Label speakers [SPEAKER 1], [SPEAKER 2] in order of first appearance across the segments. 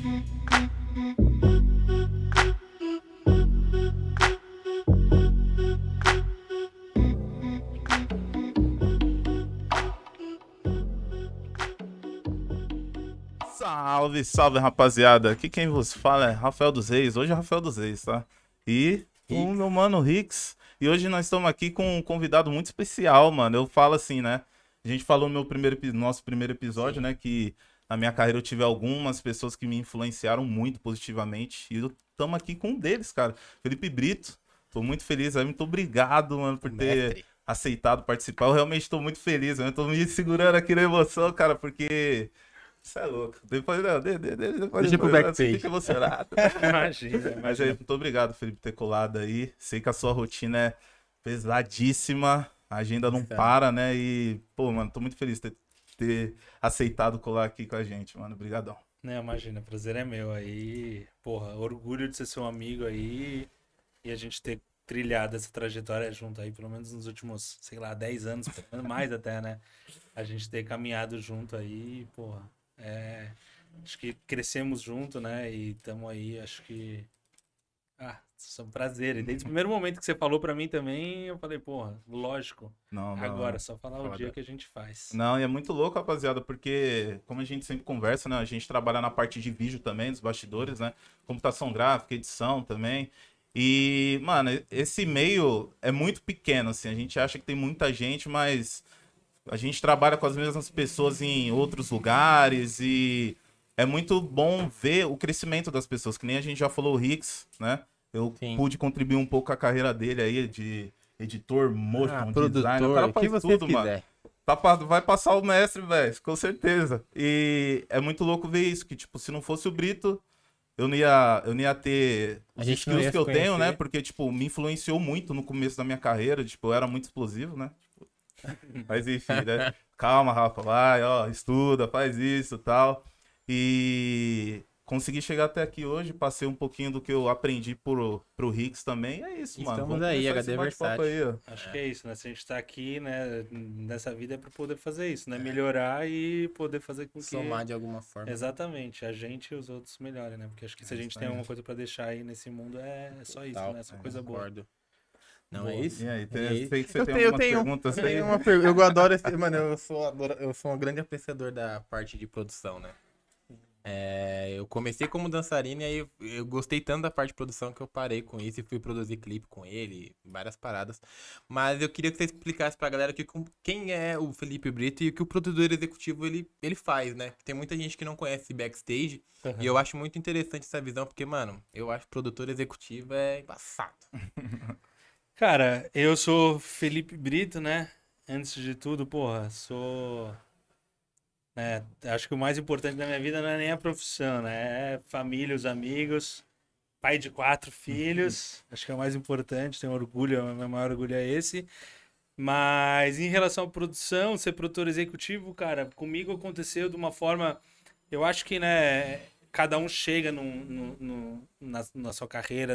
[SPEAKER 1] Salve, salve, rapaziada. Aqui quem vos fala é Rafael dos Reis. Hoje é Rafael dos Reis, tá? E o meu mano Rix. E hoje nós estamos aqui com um convidado muito especial, mano. Eu falo assim, né? A gente falou no nosso primeiro episódio,
[SPEAKER 2] Sim.
[SPEAKER 1] né? Que na minha carreira eu tive algumas pessoas que me influenciaram muito positivamente. E estamos aqui com um deles, cara. Felipe Brito. Tô muito feliz aí. Muito obrigado, mano, por ter
[SPEAKER 2] Mestre.
[SPEAKER 1] aceitado participar. Eu realmente estou muito feliz, mano. Eu tô me segurando aqui na emoção, cara, porque... Isso é louco. Depois, não, depois
[SPEAKER 2] Deixa pro backstage.
[SPEAKER 1] fica emocionado.
[SPEAKER 3] Imagina,
[SPEAKER 1] Mas aí,
[SPEAKER 3] imagina.
[SPEAKER 1] muito obrigado, Felipe, por ter colado aí. Sei que a sua rotina é pesadíssima, a agenda não para, né? E, pô, mano, tô muito feliz de ter aceitado colar aqui com a gente, mano. Obrigadão.
[SPEAKER 3] Não, imagina, prazer é meu aí. Porra, orgulho de ser seu amigo aí e a gente ter trilhado essa trajetória junto aí, pelo menos nos últimos, sei lá, 10 anos, pelo menos mais até, né? A gente ter caminhado junto aí, porra. Acho que crescemos junto, né? E tamo aí, acho que. Isso é um prazer. E desde o primeiro momento que você falou pra mim também, eu falei, porra, lógico.
[SPEAKER 1] Não,
[SPEAKER 3] Agora, só falar o
[SPEAKER 2] Foda.
[SPEAKER 3] dia que a gente faz.
[SPEAKER 1] Não, e é muito louco, rapaziada, porque, como a gente sempre conversa, né? A gente trabalha na parte de vídeo também, dos bastidores, né? Computação gráfica, edição também. E, mano, esse meio é muito pequeno, assim. A gente acha que tem muita gente, mas a gente trabalha com as mesmas pessoas em outros lugares e é muito bom ver o crescimento das pessoas, que nem a gente já falou o Rix, né? Eu
[SPEAKER 2] Sim.
[SPEAKER 1] pude contribuir um pouco com a carreira dele aí de editor, motion, designer. O
[SPEAKER 2] Produtor,
[SPEAKER 1] cara
[SPEAKER 2] o que
[SPEAKER 1] faz
[SPEAKER 2] você
[SPEAKER 1] tudo, mano.
[SPEAKER 2] quiser.
[SPEAKER 1] Vai passar o mestre, velho, com certeza. E é muito louco ver isso, que, tipo, se não fosse o Brito, eu não ia ter
[SPEAKER 2] A
[SPEAKER 1] os
[SPEAKER 2] gente não ia
[SPEAKER 1] skills
[SPEAKER 2] se
[SPEAKER 1] que eu tenho, né?
[SPEAKER 2] conhecer.
[SPEAKER 1] Porque, tipo, me influenciou muito no começo da minha carreira. Tipo, eu era muito explosivo, né? Mas enfim, né? Calma, Rafa, vai, ó, estuda, faz isso e tal. E consegui chegar até aqui hoje, passei um pouquinho do que eu aprendi pro Rix também. E é isso, mano.
[SPEAKER 2] Estamos
[SPEAKER 1] Vamos
[SPEAKER 2] aí,
[SPEAKER 1] começar
[SPEAKER 2] HD
[SPEAKER 1] esse bate-papo aí, ó.
[SPEAKER 3] Acho que é isso, né? Se a gente tá aqui, né, nessa vida é pra poder fazer isso, né? Melhorar e poder fazer com que...
[SPEAKER 2] Somar de alguma forma.
[SPEAKER 3] Exatamente, a gente e os outros melhorem, né? Porque acho que se a gente
[SPEAKER 1] isso
[SPEAKER 3] tem
[SPEAKER 1] aí.
[SPEAKER 3] alguma coisa pra deixar aí nesse mundo é só isso,
[SPEAKER 2] Tal.
[SPEAKER 3] né? Só coisa boa.
[SPEAKER 2] Concordo. Não
[SPEAKER 3] Boa.
[SPEAKER 2] é isso?
[SPEAKER 1] E aí,
[SPEAKER 2] É isso.
[SPEAKER 1] sei que você
[SPEAKER 2] Eu
[SPEAKER 1] tem
[SPEAKER 2] tenho,
[SPEAKER 1] algumas perguntas
[SPEAKER 2] eu
[SPEAKER 1] aí.
[SPEAKER 2] tenho uma pergunta. Eu adoro esse. Mano, eu sou um grande apreciador da parte de produção, né? Eu comecei como dançarino e aí eu gostei tanto da parte de produção que eu parei com isso e fui produzir clipe com ele, várias paradas. Mas eu queria que você explicasse pra galera quem é o Felipe Brito e o que o produtor executivo ele faz, né? Tem muita gente que não conhece backstage e eu acho muito interessante essa visão porque, mano, eu acho que produtor executivo é embaçado.
[SPEAKER 3] Cara, eu sou Felipe Brito, né? Antes de tudo, porra, sou... acho que o mais importante da minha vida não é nem a profissão, né? É família, os amigos, pai de 4 filhos, acho que é o mais importante, tenho orgulho, o meu maior orgulho é esse. Mas em relação à produção, ser produtor executivo, cara, comigo aconteceu de uma forma, eu acho que, né, cada um chega na sua carreira,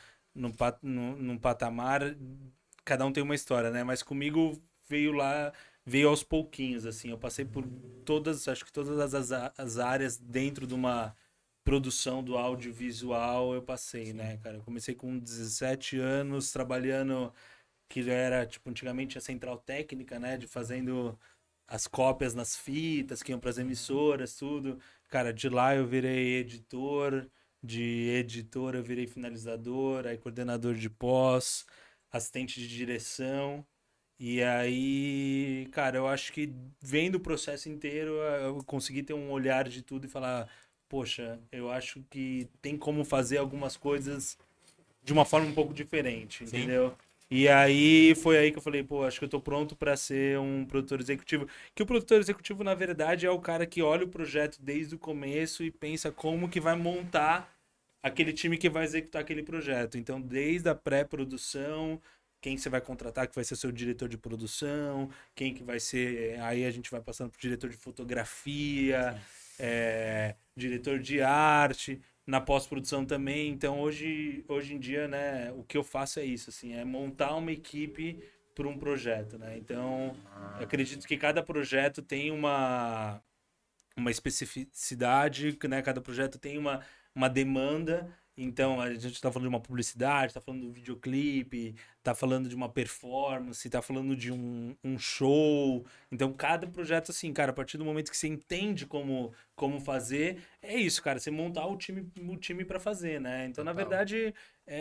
[SPEAKER 3] num patamar, cada um tem uma história, né? Mas comigo veio aos pouquinhos, assim. Eu passei por acho que todas as áreas dentro de uma produção do audiovisual eu passei, né, cara? Eu comecei com 17 anos trabalhando, que era, tipo, antigamente a central técnica, né, de fazendo as cópias nas fitas que iam para as emissoras, tudo. Cara, de lá eu virei editor, de editor eu virei finalizador, aí coordenador de pós, assistente de direção. E aí, cara, eu acho que vendo o processo inteiro, eu consegui ter um olhar de tudo e falar, poxa, eu acho que tem como fazer algumas coisas de uma forma um pouco diferente,
[SPEAKER 2] Sim.
[SPEAKER 3] entendeu? E aí foi aí que eu falei, pô, acho que eu tô pronto pra ser um produtor executivo. Que o produtor executivo, na verdade, é o cara que olha o projeto desde o começo e pensa como que vai montar aquele time que vai executar aquele projeto. Então, desde a pré-produção, quem você vai contratar que vai ser seu diretor de produção, quem que vai ser... Aí a gente vai passando pro diretor de fotografia, diretor de arte, na pós-produção também. Então, hoje em dia, né, o que eu faço é isso, assim, é montar uma equipe para um projeto, né? Então, eu acredito que cada projeto tem uma especificidade, né? Cada projeto tem uma demanda. Então, a gente tá falando de uma publicidade, tá falando de um videoclipe, tá falando de uma performance, tá falando de um show. Então, cada projeto, assim, cara, a partir do momento que você entende como fazer, é isso, cara, você montar o time para fazer, né? Então, na
[SPEAKER 2] Total.
[SPEAKER 3] verdade,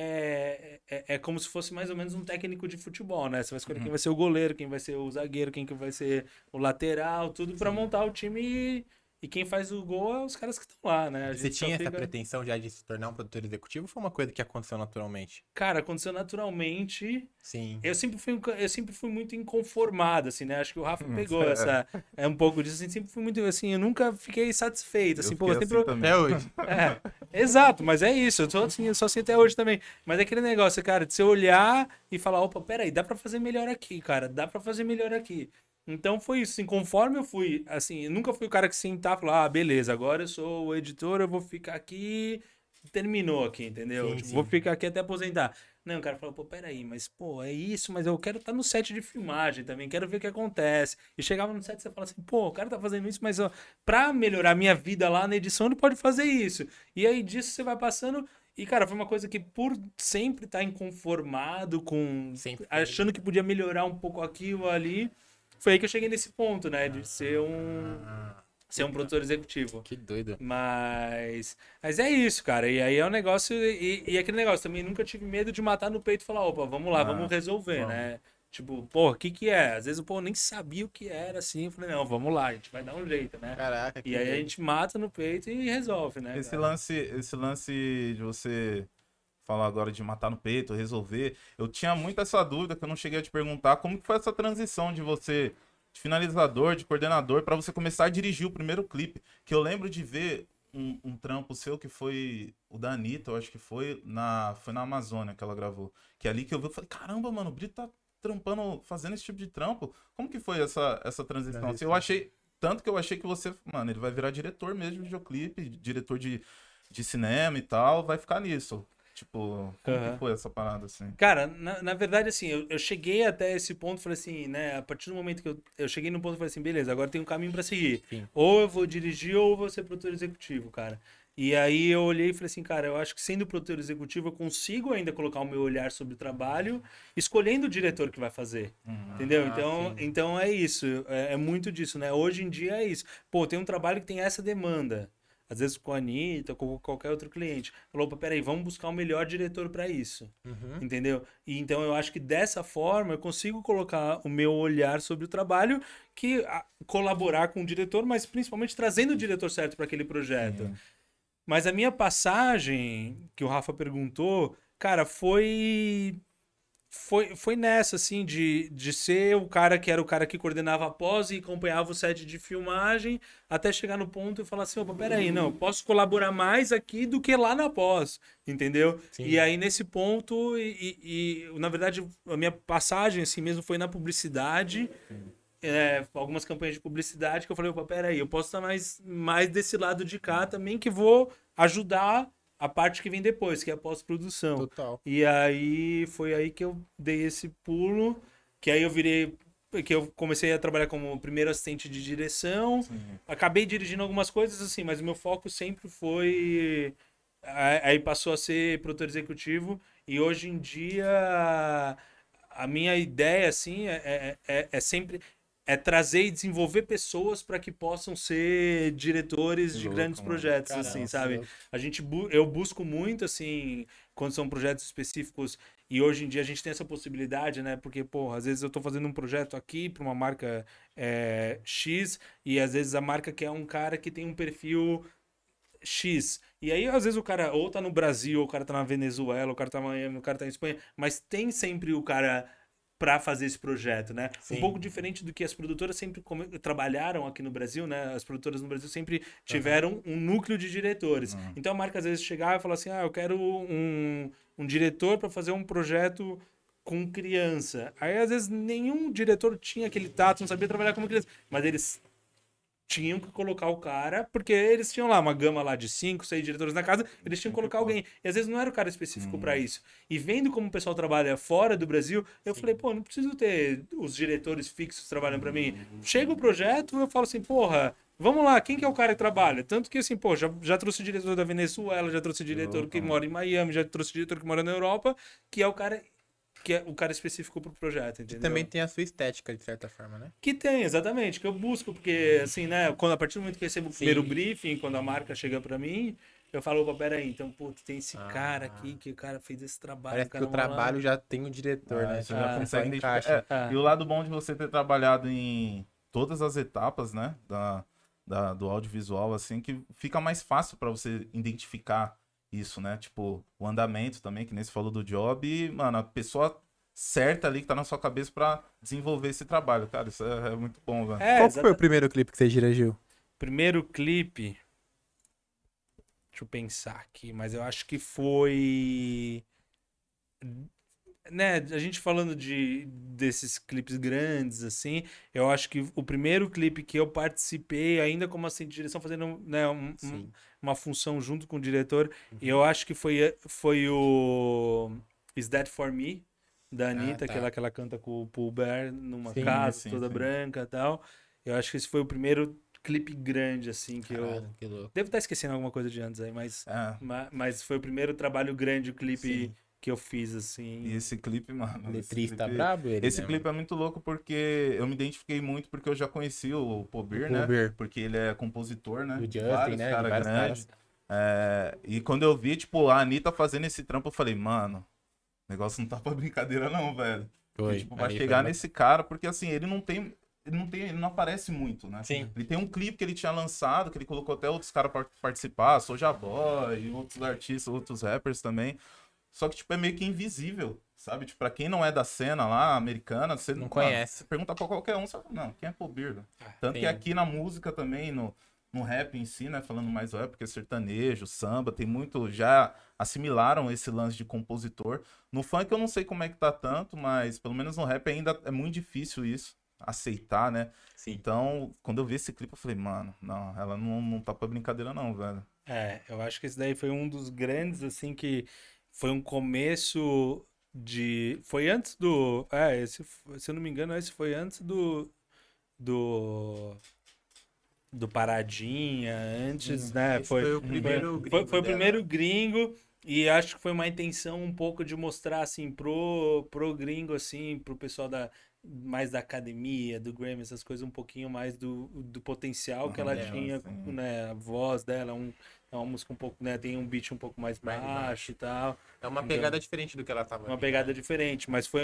[SPEAKER 3] é como se fosse mais ou menos um técnico de futebol, né? Você vai escolher quem vai ser o goleiro, quem vai ser o zagueiro, quem que vai ser o lateral, tudo para montar o time e quem faz o gol é os caras que estão lá, né? A
[SPEAKER 2] Você
[SPEAKER 3] gente só
[SPEAKER 2] tinha essa
[SPEAKER 3] fica...
[SPEAKER 2] pretensão já de se tornar um produtor executivo ou foi uma coisa que aconteceu naturalmente?
[SPEAKER 3] Cara, aconteceu naturalmente.
[SPEAKER 2] Sim.
[SPEAKER 3] Eu sempre fui muito inconformado, assim, né? Acho que o Rafa pegou essa... É um pouco disso, assim, sempre fui muito, assim, eu nunca fiquei satisfeito, assim,
[SPEAKER 1] Eu
[SPEAKER 3] pô,
[SPEAKER 1] fiquei
[SPEAKER 3] sempre...
[SPEAKER 1] assim também.
[SPEAKER 2] Até hoje.
[SPEAKER 3] Exato, mas é isso, eu sou assim até hoje também. Mas é aquele negócio, cara, de você olhar e falar, opa, peraí, dá pra fazer melhor aqui, cara, dá pra fazer melhor aqui. Então foi isso, assim, conforme eu fui, assim, eu nunca fui o cara que sentar e falar, ah, beleza, agora eu sou o editor, eu vou ficar aqui, terminou aqui, entendeu?
[SPEAKER 2] Sim,
[SPEAKER 3] Tipo,
[SPEAKER 2] sim.
[SPEAKER 3] vou ficar aqui até aposentar. Não, o cara falou, pô, peraí, mas, pô, é isso, mas eu quero estar no set de filmagem também, quero ver o que acontece. E chegava no set e você fala assim, pô, o cara tá fazendo isso, mas ó, pra melhorar a minha vida lá na edição, ele pode fazer isso. E aí disso você vai passando. E, cara, foi uma coisa que por sempre estar inconformado com.
[SPEAKER 2] Sempre.
[SPEAKER 3] Achando que podia melhorar um pouco aquilo ali. Foi aí que eu cheguei nesse ponto, né? De ser um produtor executivo.
[SPEAKER 2] Que doido.
[SPEAKER 3] Mas é isso, cara. E aí é um negócio. E aquele negócio também nunca tive medo de matar no peito e falar, opa, vamos lá, vamos resolver,
[SPEAKER 1] vamos.
[SPEAKER 3] né? Tipo, pô, o que é? Às vezes o povo nem sabia o que era, assim. Eu falei, não, vamos lá, a gente vai dar um jeito, né?
[SPEAKER 2] Caraca, que
[SPEAKER 3] E aí a
[SPEAKER 2] doido.
[SPEAKER 3] gente mata no peito e resolve, né?
[SPEAKER 1] Esse
[SPEAKER 3] cara?
[SPEAKER 1] lance de você falar agora de matar no peito, resolver, eu tinha muito essa dúvida que eu não cheguei a te perguntar, como que foi essa transição de você, de finalizador, de coordenador, pra você começar a dirigir o primeiro clipe, que eu lembro de ver um trampo seu que foi o da Anitta, eu acho que foi na Amazônia que ela gravou, que é ali que eu vi, eu falei, caramba, mano, o Brito tá trampando, fazendo esse tipo de trampo, como que foi essa transição? Assim, eu achei, tanto que eu achei que você, mano, ele vai virar diretor mesmo de videoclipe, diretor de cinema e tal, vai ficar nisso. Tipo, como que foi essa parada, assim?
[SPEAKER 3] Cara, na verdade, assim, eu cheguei até esse ponto, falei assim, né? A partir do momento que eu cheguei no ponto, falei assim, beleza, agora tem um caminho pra seguir.
[SPEAKER 2] Sim.
[SPEAKER 3] Ou eu vou dirigir ou eu vou ser produtor executivo, cara. E aí eu olhei e falei assim, cara, eu acho que sendo produtor executivo eu consigo ainda colocar o meu olhar sobre o trabalho, escolhendo o diretor que vai fazer. Entendeu? Então é isso, é muito disso, né? Hoje em dia é isso. Pô, tem um trabalho que tem essa demanda. Às vezes com a Anitta, com qualquer outro cliente. Falou, opa, peraí, vamos buscar o melhor diretor para isso. Entendeu? E então eu acho que dessa forma eu consigo colocar o meu olhar sobre o trabalho, colaborar com o diretor, mas principalmente trazendo o diretor certo para aquele projeto. Mas a minha passagem, que o Rafa perguntou, cara, foi nessa, assim, de ser o cara que era o cara que coordenava a pós e acompanhava o set de filmagem, até chegar no ponto e falar assim, opa, peraí, não, eu posso colaborar mais aqui do que lá na pós, entendeu?
[SPEAKER 2] Sim.
[SPEAKER 3] E aí, nesse ponto, na verdade, a minha passagem, assim mesmo, foi na publicidade, algumas campanhas de publicidade, que eu falei, opa, peraí, eu posso estar mais desse lado de cá também, que vou ajudar a parte que vem depois, que é a pós-produção.
[SPEAKER 2] Total.
[SPEAKER 3] E aí foi aí que eu dei esse pulo, que aí eu comecei a trabalhar como primeiro assistente de direção. Acabei dirigindo algumas coisas assim, mas o meu foco sempre foi aí passou a ser produtor executivo e hoje em dia a minha ideia assim é sempre trazer e desenvolver pessoas para que possam ser diretores de
[SPEAKER 1] louco,
[SPEAKER 3] grandes
[SPEAKER 1] mano.
[SPEAKER 3] projetos,
[SPEAKER 2] Caramba,
[SPEAKER 3] assim,
[SPEAKER 2] que
[SPEAKER 3] sabe?
[SPEAKER 2] louco.
[SPEAKER 3] Eu busco muito, assim, quando são projetos específicos, e hoje em dia a gente tem essa possibilidade, né? Porque, pô, às vezes eu tô fazendo um projeto aqui para uma marca X, e às vezes a marca quer um cara que tem um perfil X. E aí, às vezes, o cara ou tá no Brasil, ou o cara tá na Venezuela, o cara tá em Miami, o cara tá em Espanha, mas tem sempre o cara para fazer esse projeto, né?
[SPEAKER 2] Sim.
[SPEAKER 3] Um pouco diferente do que as produtoras sempre trabalharam aqui no Brasil, né? As produtoras no Brasil sempre tiveram um núcleo de diretores. Então a marca às vezes chegava e falava assim, eu quero um diretor para fazer um projeto com criança. Aí às vezes nenhum diretor tinha aquele tato, não sabia trabalhar como criança, mas eles tinham que colocar o cara, porque eles tinham lá uma gama lá de 5, 6 diretores na casa, eles tinham que colocar alguém. E às vezes não era o cara específico pra isso. E vendo como o pessoal trabalha fora do Brasil, eu falei, pô, não preciso ter os diretores fixos trabalhando pra mim. Chega o projeto, eu falo assim, porra, vamos lá, quem que é o cara que trabalha? Tanto que assim, pô, já trouxe diretor da Venezuela, já trouxe diretor que mora em Miami, já trouxe diretor que mora na Europa, que é o cara específico pro projeto,
[SPEAKER 2] Que
[SPEAKER 3] entendeu?
[SPEAKER 2] também tem a sua estética, de certa forma, né?
[SPEAKER 3] Que tem, exatamente, que eu busco, porque assim, né, quando a partir do momento que eu recebo o primeiro briefing, quando a marca chega pra mim, eu falo, opa, peraí, então, pô, tem esse cara aqui, que o cara fez esse trabalho.
[SPEAKER 2] Parece que o trabalho já tem o diretor, né?
[SPEAKER 1] Você já consegue identificar.
[SPEAKER 2] encaixa.
[SPEAKER 1] E o lado bom de você ter trabalhado em todas as etapas, né, do audiovisual, assim, que fica mais fácil pra você identificar isso, né? Tipo, o andamento também, que nem você falou do job, e, mano, a pessoa certa ali que tá na sua cabeça pra desenvolver esse trabalho. Cara, isso é muito bom, velho.
[SPEAKER 2] Qual que foi o primeiro clipe que você dirigiu?
[SPEAKER 3] Primeiro clipe. Deixa eu pensar aqui, mas eu acho que foi. Né, a gente falando desses clipes grandes, assim, eu acho que o primeiro clipe que eu participei, ainda como assistente de direção, fazendo, né, uma função junto com o diretor, eu acho que foi o Is That For Me, da Anitta,
[SPEAKER 2] tá.
[SPEAKER 3] que ela canta com o Pooh Bear numa
[SPEAKER 2] Sim,
[SPEAKER 3] casa toda branca e tal. Eu acho que esse foi o primeiro clipe grande, assim, que eu...
[SPEAKER 2] Caralho, que louco.
[SPEAKER 3] Devo estar esquecendo alguma coisa de antes aí, mas,
[SPEAKER 1] É.
[SPEAKER 3] mas foi o primeiro trabalho grande, o clipe...
[SPEAKER 2] Sim.
[SPEAKER 3] que eu fiz, assim.
[SPEAKER 1] E esse clipe, mano.
[SPEAKER 2] Letrista brabo ele,
[SPEAKER 1] Esse
[SPEAKER 2] né,
[SPEAKER 1] clipe é muito louco porque eu me identifiquei muito porque eu já conheci o Pobir,
[SPEAKER 2] O
[SPEAKER 1] né?
[SPEAKER 2] Pobir.
[SPEAKER 1] Porque ele é compositor, né?
[SPEAKER 2] Do
[SPEAKER 1] de
[SPEAKER 2] Justin,
[SPEAKER 1] vários
[SPEAKER 2] né? De
[SPEAKER 1] cara
[SPEAKER 2] vários
[SPEAKER 1] grandes.
[SPEAKER 2] caras.
[SPEAKER 1] E quando eu vi, tipo, a Anitta fazendo esse trampo, eu falei, mano, o negócio não tá pra brincadeira, não, velho.
[SPEAKER 2] Foi.
[SPEAKER 1] E, tipo, vai
[SPEAKER 2] Ali
[SPEAKER 1] chegar
[SPEAKER 2] foi
[SPEAKER 1] nesse cara, porque assim, ele não aparece muito, né?
[SPEAKER 2] Sim.
[SPEAKER 1] Ele tem um clipe que ele tinha lançado, que ele colocou até outros caras pra participar, Soulja Boy, outros artistas, outros rappers também. Só que, tipo, é meio que invisível, sabe? Tipo, pra quem não é da cena lá, americana, você
[SPEAKER 2] Não conhece.
[SPEAKER 1] Você pergunta pra qualquer um, você fala, não, quem é Paul Beer? Tanto
[SPEAKER 2] sim.
[SPEAKER 1] que aqui na música também, no rap em si, né? Falando mais rap, porque sertanejo, samba, tem muito... Já assimilaram esse lance de compositor. No funk eu não sei como é que tá tanto, mas pelo menos no rap ainda é muito difícil isso, aceitar, né?
[SPEAKER 2] Sim.
[SPEAKER 1] Então, quando eu vi esse clipe, eu falei, mano, não, ela não tá pra brincadeira não, velho.
[SPEAKER 3] Eu acho que esse daí foi um dos grandes, assim, que foi um começo de... Foi antes do... se eu não me engano, esse foi antes do Paradinha, antes, né?
[SPEAKER 2] Esse foi o primeiro gringo
[SPEAKER 3] Foi o
[SPEAKER 2] dela.
[SPEAKER 3] primeiro gringo e acho que foi uma intenção um pouco de mostrar, assim, pro gringo, assim, pro pessoal mais da academia, do Grammy, essas coisas, um pouquinho mais do potencial que ela
[SPEAKER 1] dela,
[SPEAKER 3] tinha,
[SPEAKER 1] assim.
[SPEAKER 3] né? A voz dela, é uma música um pouco, né? Tem um beat um pouco mais baixo e tal.
[SPEAKER 2] É uma pegada diferente do que ela tava.
[SPEAKER 3] Uma pegada diferente, mas foi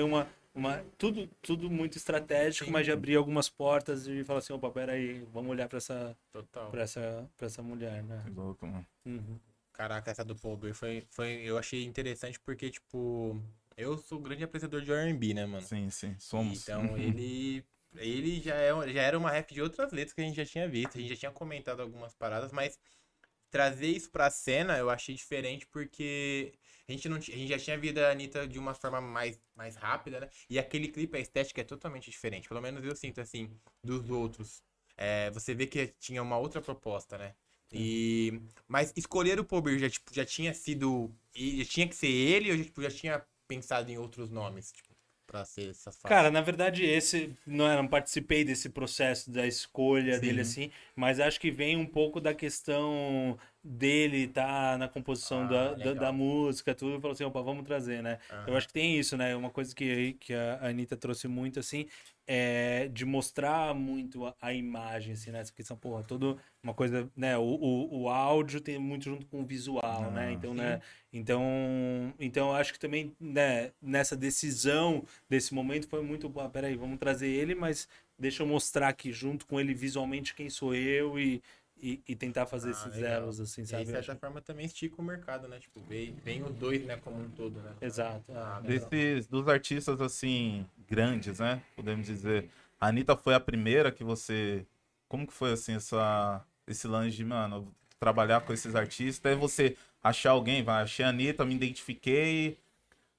[SPEAKER 3] tudo muito estratégico, mas de abrir algumas portas e falar assim, opa, peraí, vamos olhar pra
[SPEAKER 2] Total.
[SPEAKER 3] essa mulher, né?
[SPEAKER 1] Que louco, mano.
[SPEAKER 3] Uhum.
[SPEAKER 2] Caraca, essa do Paul Bear eu achei interessante porque, tipo, eu sou grande apreciador de R&B, né, mano?
[SPEAKER 1] Sim, somos.
[SPEAKER 2] Então, ele já era uma rap de outras letras que a gente já tinha visto, a gente já tinha comentado algumas paradas, mas trazer isso pra cena eu achei diferente porque a gente já tinha visto a Anitta de uma forma mais rápida, né? E aquele clipe, a estética é totalmente diferente, pelo menos eu sinto assim, dos outros. Você vê que tinha uma outra proposta, né? Mas escolher o Paul Bear já tinha sido. Já tinha que ser ele ou já tinha pensado em outros nomes, tipo, pra ser essas faixas?
[SPEAKER 3] Cara, na verdade, não participei desse processo da escolha dele assim, mas acho que vem um pouco da questão dele tá na composição da música, tudo, e falou assim, opa, vamos trazer, né? Eu acho que tem isso, né? Uma coisa que a Anitta trouxe muito, assim, é de mostrar muito a imagem, assim, né? Essa questão, porra, toda uma coisa, né? O áudio tem muito junto com o visual, né? Então, né? Então, eu acho que também, né, nessa decisão desse momento foi muito, peraí, vamos trazer ele, mas deixa eu mostrar aqui junto com ele visualmente quem sou eu e tentar fazer esses
[SPEAKER 2] legal.
[SPEAKER 3] elos, assim,
[SPEAKER 2] E aí,
[SPEAKER 3] sabe?
[SPEAKER 2] de certa forma, também estica o mercado, né? Tipo, vem os dois, né, como um todo, né?
[SPEAKER 3] Exato.
[SPEAKER 2] Legal.
[SPEAKER 1] Dos artistas, assim, grandes, né? Podemos dizer. A Anitta foi a primeira que você... Como que foi, assim, esse lance de, mano, trabalhar com esses artistas? Até você achar alguém, achei a Anitta, me identifiquei.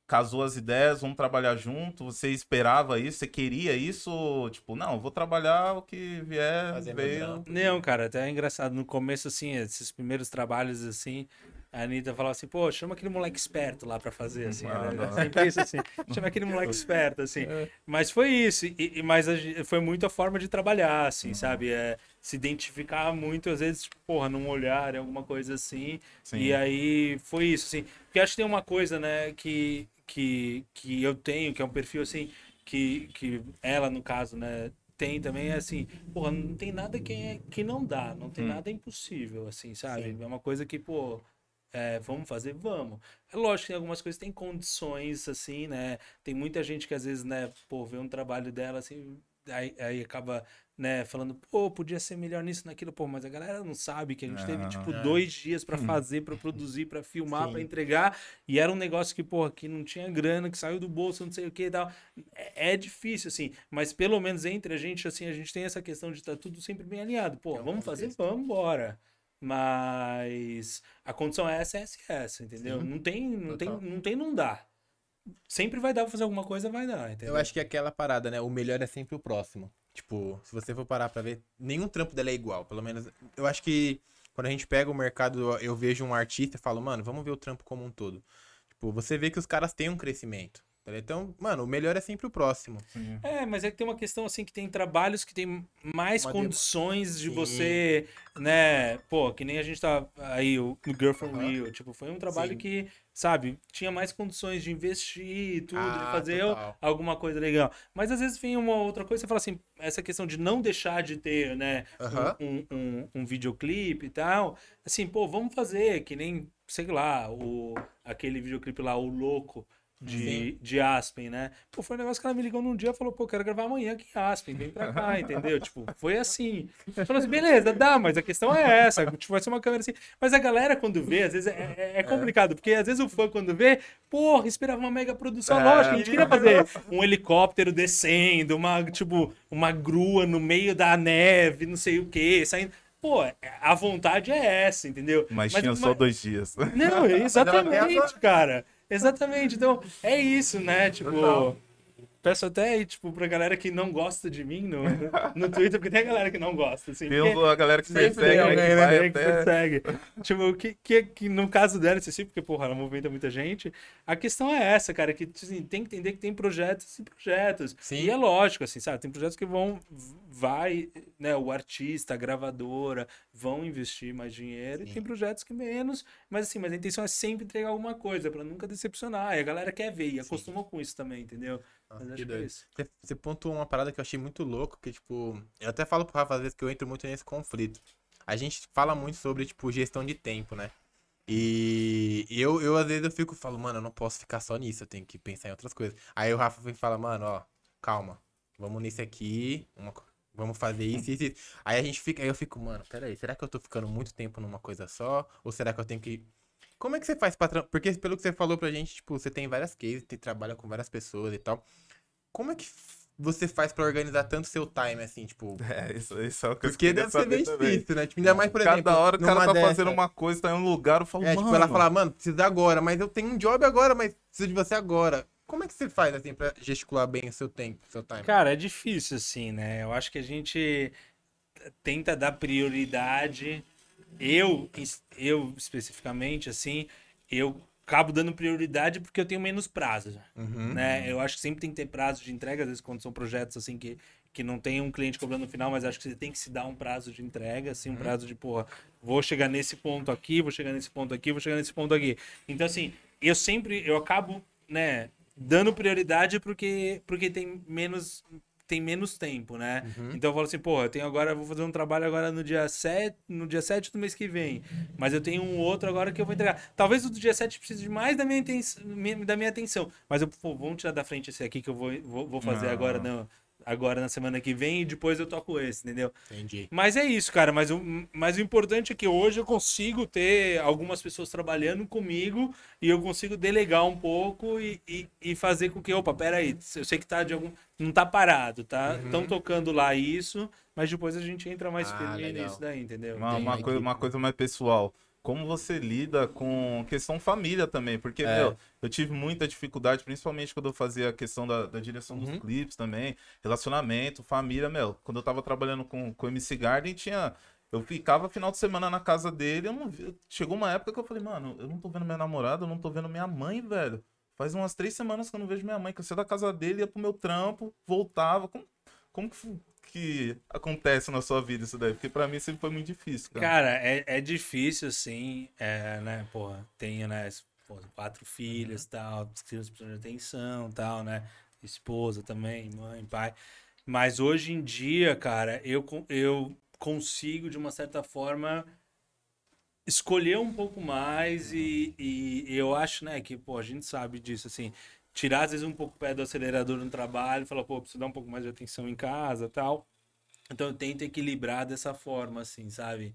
[SPEAKER 1] casou as ideias, vamos trabalhar junto? Você esperava isso? Você queria isso? Tipo, não, eu vou trabalhar o que vier,
[SPEAKER 2] Fazer meu
[SPEAKER 1] veio.
[SPEAKER 2] trampo.
[SPEAKER 3] Não, cara, até é engraçado. No começo, assim, esses primeiros trabalhos, assim, a Anitta falava assim, pô, chama aquele moleque esperto lá pra fazer, assim. Era sempre isso, assim. Chama aquele moleque esperto, assim. Mas foi isso. Mas foi muito a forma de trabalhar, assim, sabe? Se identificar muito, às vezes, tipo, porra, num olhar, em alguma coisa assim.
[SPEAKER 1] Sim.
[SPEAKER 3] E aí foi isso, assim. Porque acho que tem uma coisa, né, que eu tenho, que é um perfil, assim, que ela, no caso, né, tem também, é assim, porra, não tem nada que não dá, não tem nada impossível, assim, sabe?
[SPEAKER 2] Sim.
[SPEAKER 3] É uma coisa que, pô, vamos fazer? Vamos. É lógico que tem algumas coisas que tem condições, assim, né? Tem muita gente que às vezes, né, pô, vê um trabalho dela, assim, aí acaba, né, falando, pô, podia ser melhor nisso, naquilo, pô, mas a galera não sabe que a gente teve, tipo, 2 dias pra fazer, pra produzir, pra filmar,
[SPEAKER 2] Sim.
[SPEAKER 3] pra entregar, e era um negócio que, porra, que não tinha grana, que saiu do bolso, não sei o que e tal. É difícil, assim, mas pelo menos entre a gente, assim, a gente tem essa questão de estar tudo sempre bem alinhado. Pô,
[SPEAKER 2] Tem um
[SPEAKER 3] vamos fazer?
[SPEAKER 2] contexto.
[SPEAKER 3] Vamos embora. Mas a condição é essa, entendeu?
[SPEAKER 2] Sim, total.
[SPEAKER 3] Não dá. Sempre vai dar pra fazer alguma coisa, vai dar, entendeu?
[SPEAKER 2] Eu acho que é aquela parada, né? O melhor é sempre o próximo. Tipo, se você for parar pra ver, nenhum trampo dela é igual. Pelo menos, eu acho que quando a gente pega o mercado, eu vejo um artista e falo, mano, vamos ver o trampo como um todo. Tipo, você vê que os caras têm um crescimento. Tá ligado? Então, mano, o melhor é sempre o próximo.
[SPEAKER 3] Mas é que tem uma questão assim que tem trabalhos que tem mais
[SPEAKER 2] Uma
[SPEAKER 3] condições de
[SPEAKER 2] Sim.
[SPEAKER 3] você, né? Pô, que nem a gente tá aí, o Girl from
[SPEAKER 2] Aham.
[SPEAKER 3] Rio. Tipo, foi um trabalho
[SPEAKER 2] Sim.
[SPEAKER 3] que, sabe, tinha mais condições de investir e tudo, de
[SPEAKER 2] Ah,
[SPEAKER 3] fazer
[SPEAKER 2] total.
[SPEAKER 3] alguma coisa legal. Mas às vezes vem uma outra coisa, você fala assim, essa questão de não deixar de ter, né,
[SPEAKER 2] Aham.
[SPEAKER 3] um videoclipe e tal. Assim, pô, vamos fazer, que nem, sei lá, aquele videoclipe lá, O Louco. De Aspen, né? Pô, foi um negócio que ela me ligou num dia e falou, pô, quero gravar amanhã aqui em Aspen, vem pra cá, entendeu? Tipo, foi assim. Falou assim, beleza, dá, mas a questão é essa, tipo, vai ser uma câmera assim. Mas a galera, quando vê, às vezes é complicado, porque às vezes o fã, quando vê, porra, esperava uma mega produção, lógico, a gente queria fazer um helicóptero descendo, uma grua no meio da neve, não sei o quê, saindo. Pô, a vontade é essa, entendeu?
[SPEAKER 1] Mas tinha só 2 dias.
[SPEAKER 3] Não, exatamente, cara. Exatamente. Então, é isso, né? Tipo,
[SPEAKER 2] Total.
[SPEAKER 3] peço até aí, tipo, pra galera que não gosta de mim no Twitter, porque tem a galera que não gosta, assim.
[SPEAKER 1] Tem
[SPEAKER 3] porque
[SPEAKER 1] a galera que
[SPEAKER 3] sempre
[SPEAKER 1] persegue,
[SPEAKER 3] tem
[SPEAKER 1] né,
[SPEAKER 3] alguém,
[SPEAKER 1] que
[SPEAKER 3] né,
[SPEAKER 1] vai
[SPEAKER 3] que
[SPEAKER 1] até...
[SPEAKER 3] persegue. Tipo, que no caso dela, assim, porque, porra, ela movimenta muita gente, a questão é essa, cara, que assim, tem que entender que tem projetos e projetos.
[SPEAKER 2] Sim.
[SPEAKER 3] E é lógico, assim, sabe? Tem projetos que né, o artista, a gravadora, vão investir mais dinheiro,
[SPEAKER 2] Sim.
[SPEAKER 3] e tem projetos que menos, mas assim, mas a intenção é sempre entregar alguma coisa, pra nunca decepcionar. E a galera quer ver, e acostuma com isso também, entendeu?
[SPEAKER 2] Nossa,
[SPEAKER 3] Mas
[SPEAKER 2] que
[SPEAKER 3] acho que é
[SPEAKER 2] doido.
[SPEAKER 3] isso.
[SPEAKER 2] Você pontuou uma parada que eu achei muito louco, que, tipo, eu até falo pro Rafa às vezes que eu entro muito nesse conflito. A gente fala muito sobre, tipo, gestão de tempo, né? E eu às vezes eu falo, mano, eu não posso ficar só nisso, eu tenho que pensar em outras coisas. Aí o Rafa vem e fala, mano, ó, calma, vamos nisso aqui, vamos fazer isso, isso, isso. Aí eu fico, mano, peraí, será que eu tô ficando muito tempo numa coisa só? Ou será que eu tenho que... Como é que você faz pra... Porque pelo que você falou pra gente, tipo, você tem várias cases, você trabalha com várias pessoas e tal. Como é que você faz pra organizar tanto seu time, assim, tipo...
[SPEAKER 1] Isso é o que eu
[SPEAKER 2] Porque
[SPEAKER 1] queria
[SPEAKER 2] deve ser
[SPEAKER 1] saber
[SPEAKER 2] bem
[SPEAKER 1] também.
[SPEAKER 2] difícil, né? Tipo, ainda mais, por exemplo,
[SPEAKER 1] Cada hora o cara
[SPEAKER 2] numa
[SPEAKER 1] tá
[SPEAKER 2] dessa,
[SPEAKER 1] fazendo uma coisa, tá em um lugar, eu falo, mano...
[SPEAKER 2] tipo, ela fala, mano, precisa agora, mas eu tenho um job agora, mas preciso de você agora. Como é que você faz, assim, pra gesticular bem o seu tempo, seu time?
[SPEAKER 3] Cara, é difícil, assim, né? Eu acho que a gente tenta dar prioridade. Eu especificamente, assim, eu acabo dando prioridade porque eu tenho menos prazo,
[SPEAKER 2] Uhum.
[SPEAKER 3] né? Eu acho que sempre tem que ter prazo de entrega, às vezes quando são projetos, assim, que não tem um cliente cobrando no final, mas acho que você tem que se dar um prazo de entrega, assim, um prazo de, porra, vou chegar nesse ponto aqui, vou chegar nesse ponto aqui, vou chegar nesse ponto aqui. Então, assim, eu acabo, né, dando prioridade porque tem menos tempo, né? Então eu falo assim, pô, eu vou fazer um trabalho agora no dia 7 do mês que vem, mas eu tenho um outro agora que eu vou entregar. Talvez o do dia 7 precise de mais da minha atenção, mas vamos tirar da frente esse aqui que eu vou fazer agora na semana que vem e depois eu toco esse, entendeu?
[SPEAKER 2] Entendi.
[SPEAKER 3] Mas é isso, cara. Mas o importante é que hoje eu consigo ter algumas pessoas trabalhando comigo e eu consigo delegar um pouco e fazer com que, opa, peraí, eu sei que não tá parado, tá? Estão tocando lá isso, mas depois a gente entra mais firme
[SPEAKER 2] legal.
[SPEAKER 3] nisso daí, entendeu?
[SPEAKER 1] Uma
[SPEAKER 2] Tem uma
[SPEAKER 1] coisa,
[SPEAKER 2] equipe,
[SPEAKER 1] uma
[SPEAKER 2] né?
[SPEAKER 1] coisa mais pessoal. como você lida com questão família também, porque, meu, eu tive muita dificuldade, principalmente quando eu fazia a questão da direção dos clipes também, relacionamento, família, meu, quando eu tava trabalhando com o MC Garden, eu ficava final de semana na casa dele, eu não vi, chegou uma época que eu falei, mano, eu não tô vendo minha namorada, eu não tô vendo minha mãe, velho, faz umas 3 semanas que eu não vejo minha mãe, que eu saía da casa dele, ia pro meu trampo, voltava, como que acontece na sua vida isso daí? Porque pra mim sempre foi muito difícil, cara.
[SPEAKER 3] Cara, é difícil, assim, né, porra, tenho, né, 4 filhas e tal, os filhos precisam de atenção e tal, né, esposa também, mãe, pai, mas hoje em dia, cara, eu consigo, de uma certa forma, escolher um pouco mais e eu acho, né, que, pô, a gente sabe disso, assim, tirar às vezes um pouco o pé do acelerador no trabalho, falar, pô, preciso dar um pouco mais de atenção em casa e tal. Então eu tento equilibrar dessa forma, assim, sabe?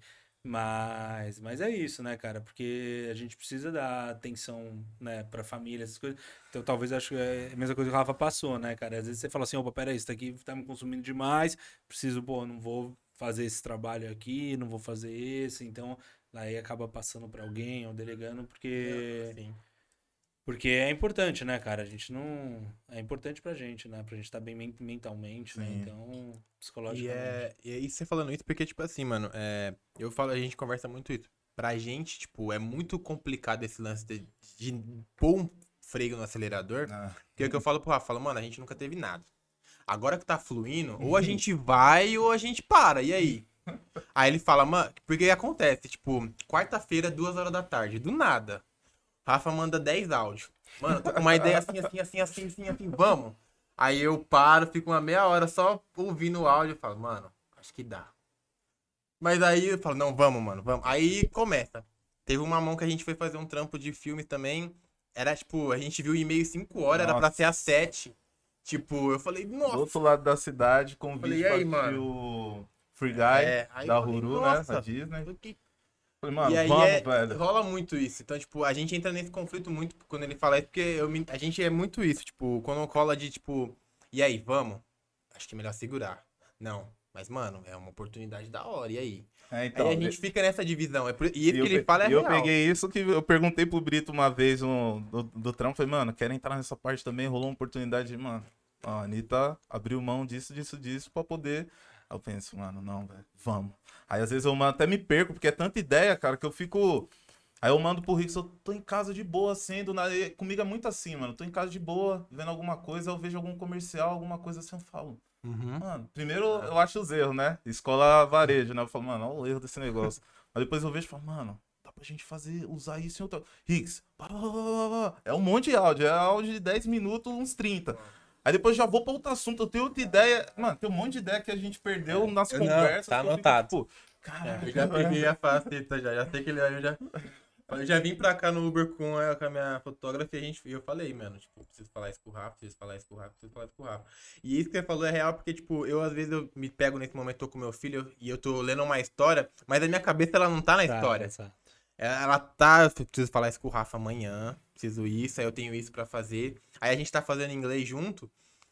[SPEAKER 3] Mas é isso, né, cara? Porque a gente precisa dar atenção, né, pra família, essas coisas. Então talvez acho que é a mesma coisa que o Rafa passou, né, cara? Às vezes você fala assim, opa, peraí, isso daqui tá me consumindo demais, preciso, pô, não vou fazer esse trabalho aqui, não vou fazer esse, então aí acaba passando pra alguém ou delegando, porque
[SPEAKER 2] Sim.
[SPEAKER 3] porque é importante, né, cara? A gente não. É importante pra gente, né? Pra gente estar bem mentalmente, né?
[SPEAKER 1] Sim.
[SPEAKER 3] Então,
[SPEAKER 2] E
[SPEAKER 3] psicologicamente.
[SPEAKER 2] é isso você falando isso porque, tipo assim, mano, eu falo, a gente conversa muito isso. Pra gente, tipo, é muito complicado esse lance de pôr um freio no acelerador.
[SPEAKER 1] Ah,
[SPEAKER 2] Porque é o que eu falo pro Rafa, falo, mano, a gente nunca teve nada. Agora que tá fluindo, ou a gente vai ou a gente para, e aí? Aí ele fala, mano, porque acontece, tipo, quarta-feira, 2 horas da tarde, do nada. Rafa manda 10 áudios. Mano, tô com uma ideia assim, vamos? Aí eu paro, fico uma meia hora só ouvindo o áudio e falo, mano, acho que dá. Mas aí eu falo, não, vamos, mano, vamos. Aí começa. Teve uma mão que a gente foi fazer um trampo de filme também. Era tipo, a gente viu o e-mail 5 horas, era pra
[SPEAKER 1] nossa.
[SPEAKER 2] ser às 7. Tipo, eu falei,
[SPEAKER 1] Do
[SPEAKER 2] nossa.
[SPEAKER 1] outro lado da cidade,
[SPEAKER 2] Falei,
[SPEAKER 1] convite
[SPEAKER 2] e
[SPEAKER 1] pra
[SPEAKER 2] aí,
[SPEAKER 1] assistir
[SPEAKER 2] mano?
[SPEAKER 1] o Free Guy
[SPEAKER 2] Aí eu
[SPEAKER 1] da
[SPEAKER 2] falei,
[SPEAKER 1] Hulu, né? A
[SPEAKER 2] nossa.
[SPEAKER 1] Disney.
[SPEAKER 2] Que
[SPEAKER 1] Falei,
[SPEAKER 2] E
[SPEAKER 1] mano,
[SPEAKER 2] aí
[SPEAKER 1] vamos, velho.
[SPEAKER 2] rola muito isso. Então, tipo, a gente entra nesse conflito muito quando ele fala isso, porque a gente é muito isso. Tipo, quando rola de, tipo, e aí, vamos? Acho que é melhor segurar. Não, mas, mano, é uma oportunidade da hora, e aí?
[SPEAKER 1] É,
[SPEAKER 2] Aí a
[SPEAKER 1] então.
[SPEAKER 2] gente fica nessa divisão. E isso
[SPEAKER 1] E
[SPEAKER 2] que ele fala é
[SPEAKER 1] eu
[SPEAKER 2] real.
[SPEAKER 1] peguei isso que eu perguntei pro Brito uma vez do trampo. Falei, mano, quero entrar nessa parte também. Rolou uma oportunidade, mano. Ó, a Anitta abriu mão disso pra poder. Aí eu penso, mano, não, velho, vamos. Aí às vezes eu até me perco, porque é tanta ideia, cara, que eu fico. Aí eu mando pro Rick, eu tô em casa de boa, assim, comigo é muito assim, mano. Eu tô em casa de boa, vendo alguma coisa, eu vejo algum comercial, alguma coisa assim, eu falo.
[SPEAKER 2] Uhum.
[SPEAKER 1] Mano, primeiro eu acho os erros, né? Escola varejo, né? Eu falo, mano, olha o erro desse negócio. Mas depois eu vejo e falo, mano, dá pra gente usar isso em outra. Hicks, é um monte de áudio, é áudio de 10 minutos, uns 30. Aí depois já vou pra outro assunto, eu tenho outra ideia. Mano, tem um monte de ideia que a gente perdeu nas
[SPEAKER 2] Não,
[SPEAKER 1] conversas.
[SPEAKER 2] tá
[SPEAKER 1] que eu fico,
[SPEAKER 2] anotado.
[SPEAKER 1] tipo, caralho.
[SPEAKER 2] Eu já peguei a faceta já sei que ele eu já vim pra cá no Uber com a minha fotógrafa e eu falei, mano, tipo, preciso falar isso com o Rafa, preciso falar isso com o Rafa, preciso falar isso com o Rafa. E isso que você falou é real porque, tipo, às vezes eu me pego nesse momento, tô com meu filho e eu tô lendo uma história, mas a minha cabeça ela não tá na história. Ela tá, eu preciso falar isso com o Rafa amanhã, preciso isso, aí eu tenho isso pra fazer. Aí a gente tá fazendo inglês junto.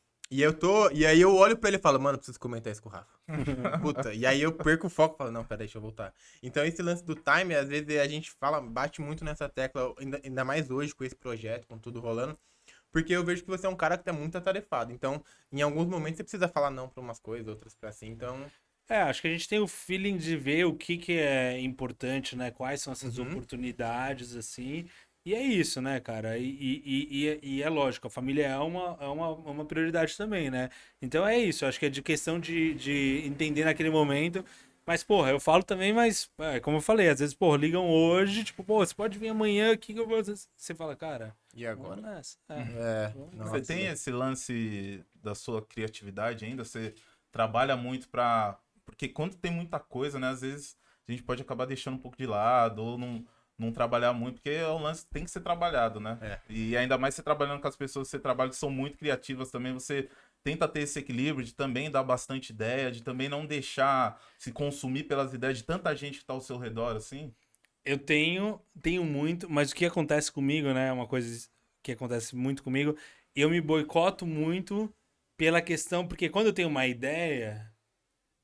[SPEAKER 2] E aí eu olho pra ele e falo, mano, preciso comentar isso com o Rafa. Puta, e aí eu perco o foco e falo, não, peraí, deixa eu voltar. Então esse lance do time, às vezes a gente bate muito nessa tecla, ainda mais hoje com esse projeto, com tudo rolando, porque eu vejo que você é um cara que tá muito atarefado. Então, em alguns momentos você precisa falar não pra umas coisas, outras pra sim, então...
[SPEAKER 3] Acho que a gente tem o feeling de ver o que é importante, né? Quais são essas
[SPEAKER 2] Uhum.
[SPEAKER 3] oportunidades, assim. E é isso, né, cara? E é lógico, a família é uma prioridade também, né? Então é isso, acho que é de questão de entender naquele momento. Mas, porra, eu falo também, mas, como eu falei, às vezes, porra, ligam hoje, tipo, pô, você pode vir amanhã aqui que eu vou. Você fala, cara,
[SPEAKER 2] E
[SPEAKER 3] vamos
[SPEAKER 2] agora?
[SPEAKER 3] nessa.
[SPEAKER 2] Nossa.
[SPEAKER 1] Você tem esse lance da sua criatividade ainda? Você trabalha muito pra. Porque quando tem muita coisa, né? Às vezes a gente pode acabar deixando um pouco de lado ou não trabalhar muito, porque o lance tem que ser trabalhado, né?
[SPEAKER 2] É.
[SPEAKER 1] E ainda mais você trabalhando com as pessoas que você trabalha que são muito criativas também, você tenta ter esse equilíbrio de também dar bastante ideia, de também não deixar se consumir pelas ideias de tanta gente que tá ao seu redor, assim.
[SPEAKER 3] Eu tenho muito, mas o que acontece comigo, né? Uma coisa que acontece muito comigo, eu me boicoto muito pela questão, porque quando eu tenho uma ideia,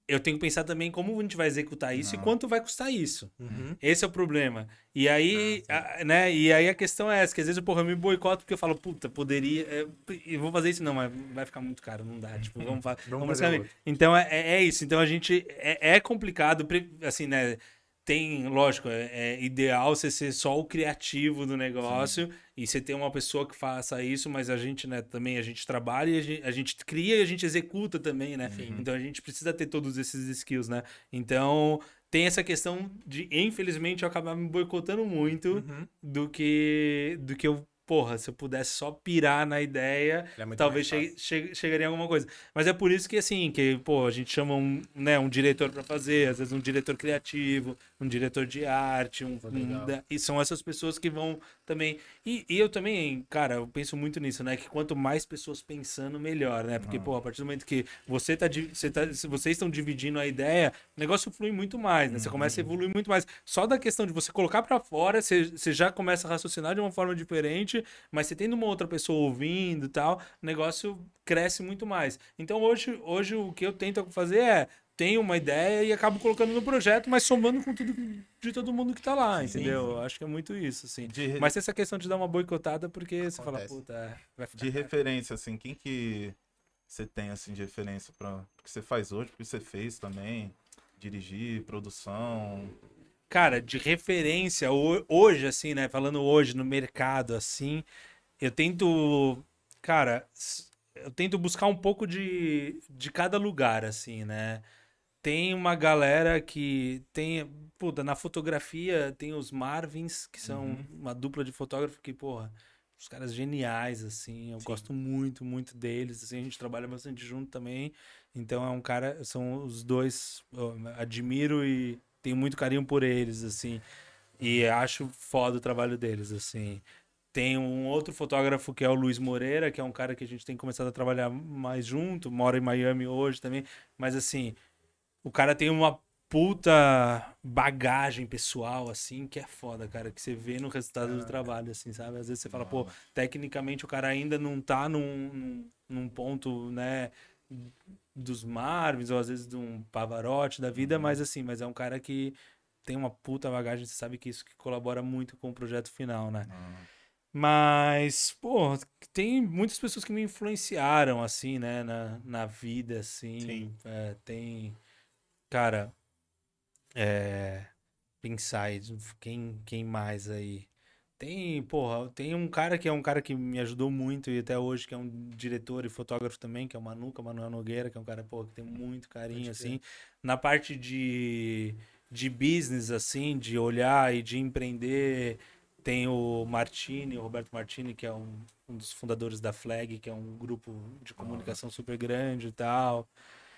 [SPEAKER 3] eu tenho que pensar também como a gente vai executar isso e
[SPEAKER 1] Não.
[SPEAKER 3] quanto vai custar isso.
[SPEAKER 2] Uhum.
[SPEAKER 3] Esse é o problema. E aí, né? E aí a questão é essa, que às vezes, porra, eu me boicoto porque eu falo, puta, poderia. Eu vou fazer isso, não, mas vai ficar muito caro, não dá. Tipo, vamos
[SPEAKER 2] Vamos
[SPEAKER 3] vamos
[SPEAKER 2] fazer
[SPEAKER 3] fazer.
[SPEAKER 2] outro.
[SPEAKER 3] Então é isso. Então a gente. É complicado, assim, né? Tem, lógico, é ideal você ser só o criativo do negócio e você ter uma pessoa que faça isso, mas a gente, né, também a gente trabalha e a gente cria e a gente executa também, né? Então a gente precisa ter todos esses skills, né? Então tem essa questão de, infelizmente, eu acabar me boicotando muito
[SPEAKER 2] Uhum.
[SPEAKER 3] do que eu, porra, se eu pudesse só pirar na ideia,
[SPEAKER 2] É muito
[SPEAKER 3] talvez
[SPEAKER 2] mais fácil.
[SPEAKER 3] chegaria em alguma coisa. Mas é por isso que, assim, que, pô, a gente chama um diretor pra fazer, às vezes um diretor criativo, um diretor de arte,
[SPEAKER 2] Legal.
[SPEAKER 3] e são essas pessoas que vão também. E eu também, cara, eu penso muito nisso, né? Que quanto mais pessoas pensando, melhor, né? Porque, pô, a partir do momento que se vocês estão dividindo a ideia, o negócio flui muito mais, né? Você começa a evoluir muito mais. Só da questão de você colocar pra fora, você já começa a raciocinar de uma forma diferente, mas você tendo uma outra pessoa ouvindo e tal, o negócio cresce muito mais. Então hoje o que eu tento fazer é tenho uma ideia e acabo colocando no projeto, mas somando com tudo de todo mundo que tá lá, entendeu? Eu acho que é muito isso, assim.
[SPEAKER 1] De,
[SPEAKER 3] Mas tem essa questão de dar uma boicotada porque você fala,
[SPEAKER 2] Acontece.
[SPEAKER 3] puta, vai ficar
[SPEAKER 1] de
[SPEAKER 3] caro.
[SPEAKER 1] referência, assim, quem que você tem, assim, de referência para o que você faz hoje, o que você fez também, dirigir, produção?
[SPEAKER 3] Cara, de referência, hoje, assim, né? Falando hoje no mercado, assim, eu tento, cara, eu tento buscar um pouco de cada lugar, assim, né? Tem uma galera que tem, puta, na fotografia tem os Marvins, que são uma dupla de fotógrafo que, porra, os caras geniais, assim, eu gosto muito, muito deles, assim, a gente trabalha bastante junto também, então é um cara, são os dois, eu admiro e tenho muito carinho por eles, assim, e acho foda o trabalho deles, assim. Tem um outro fotógrafo que é o Luiz Moreira, que é um cara que a gente tem começado a trabalhar mais junto, mora em Miami hoje também, mas assim, o cara tem uma puta bagagem pessoal, assim, que é foda, cara, que você vê no resultado do trabalho, assim, sabe? Às vezes você fala, pô, tecnicamente o cara ainda não tá num ponto, né, dos Marvins, ou às vezes de um Pavarotti da vida, mas assim, mas é um cara que tem uma puta bagagem, você sabe que isso que colabora muito com o projeto final, né? Mas, pô, tem muitas pessoas que me influenciaram, assim, né, na vida, assim.
[SPEAKER 2] Sim.
[SPEAKER 3] Tem, cara, pensar aí, quem mais aí? Tem, porra, tem um cara que é um cara que me ajudou muito e até hoje, que é um diretor e fotógrafo também, que é o Manuel Nogueira, que é um cara, pô, que tem muito carinho, assim. Na parte de business, assim, de olhar e de empreender, tem o Martini, o Roberto Martini, que é um dos fundadores da Flag, que é um grupo de comunicação super grande e tal.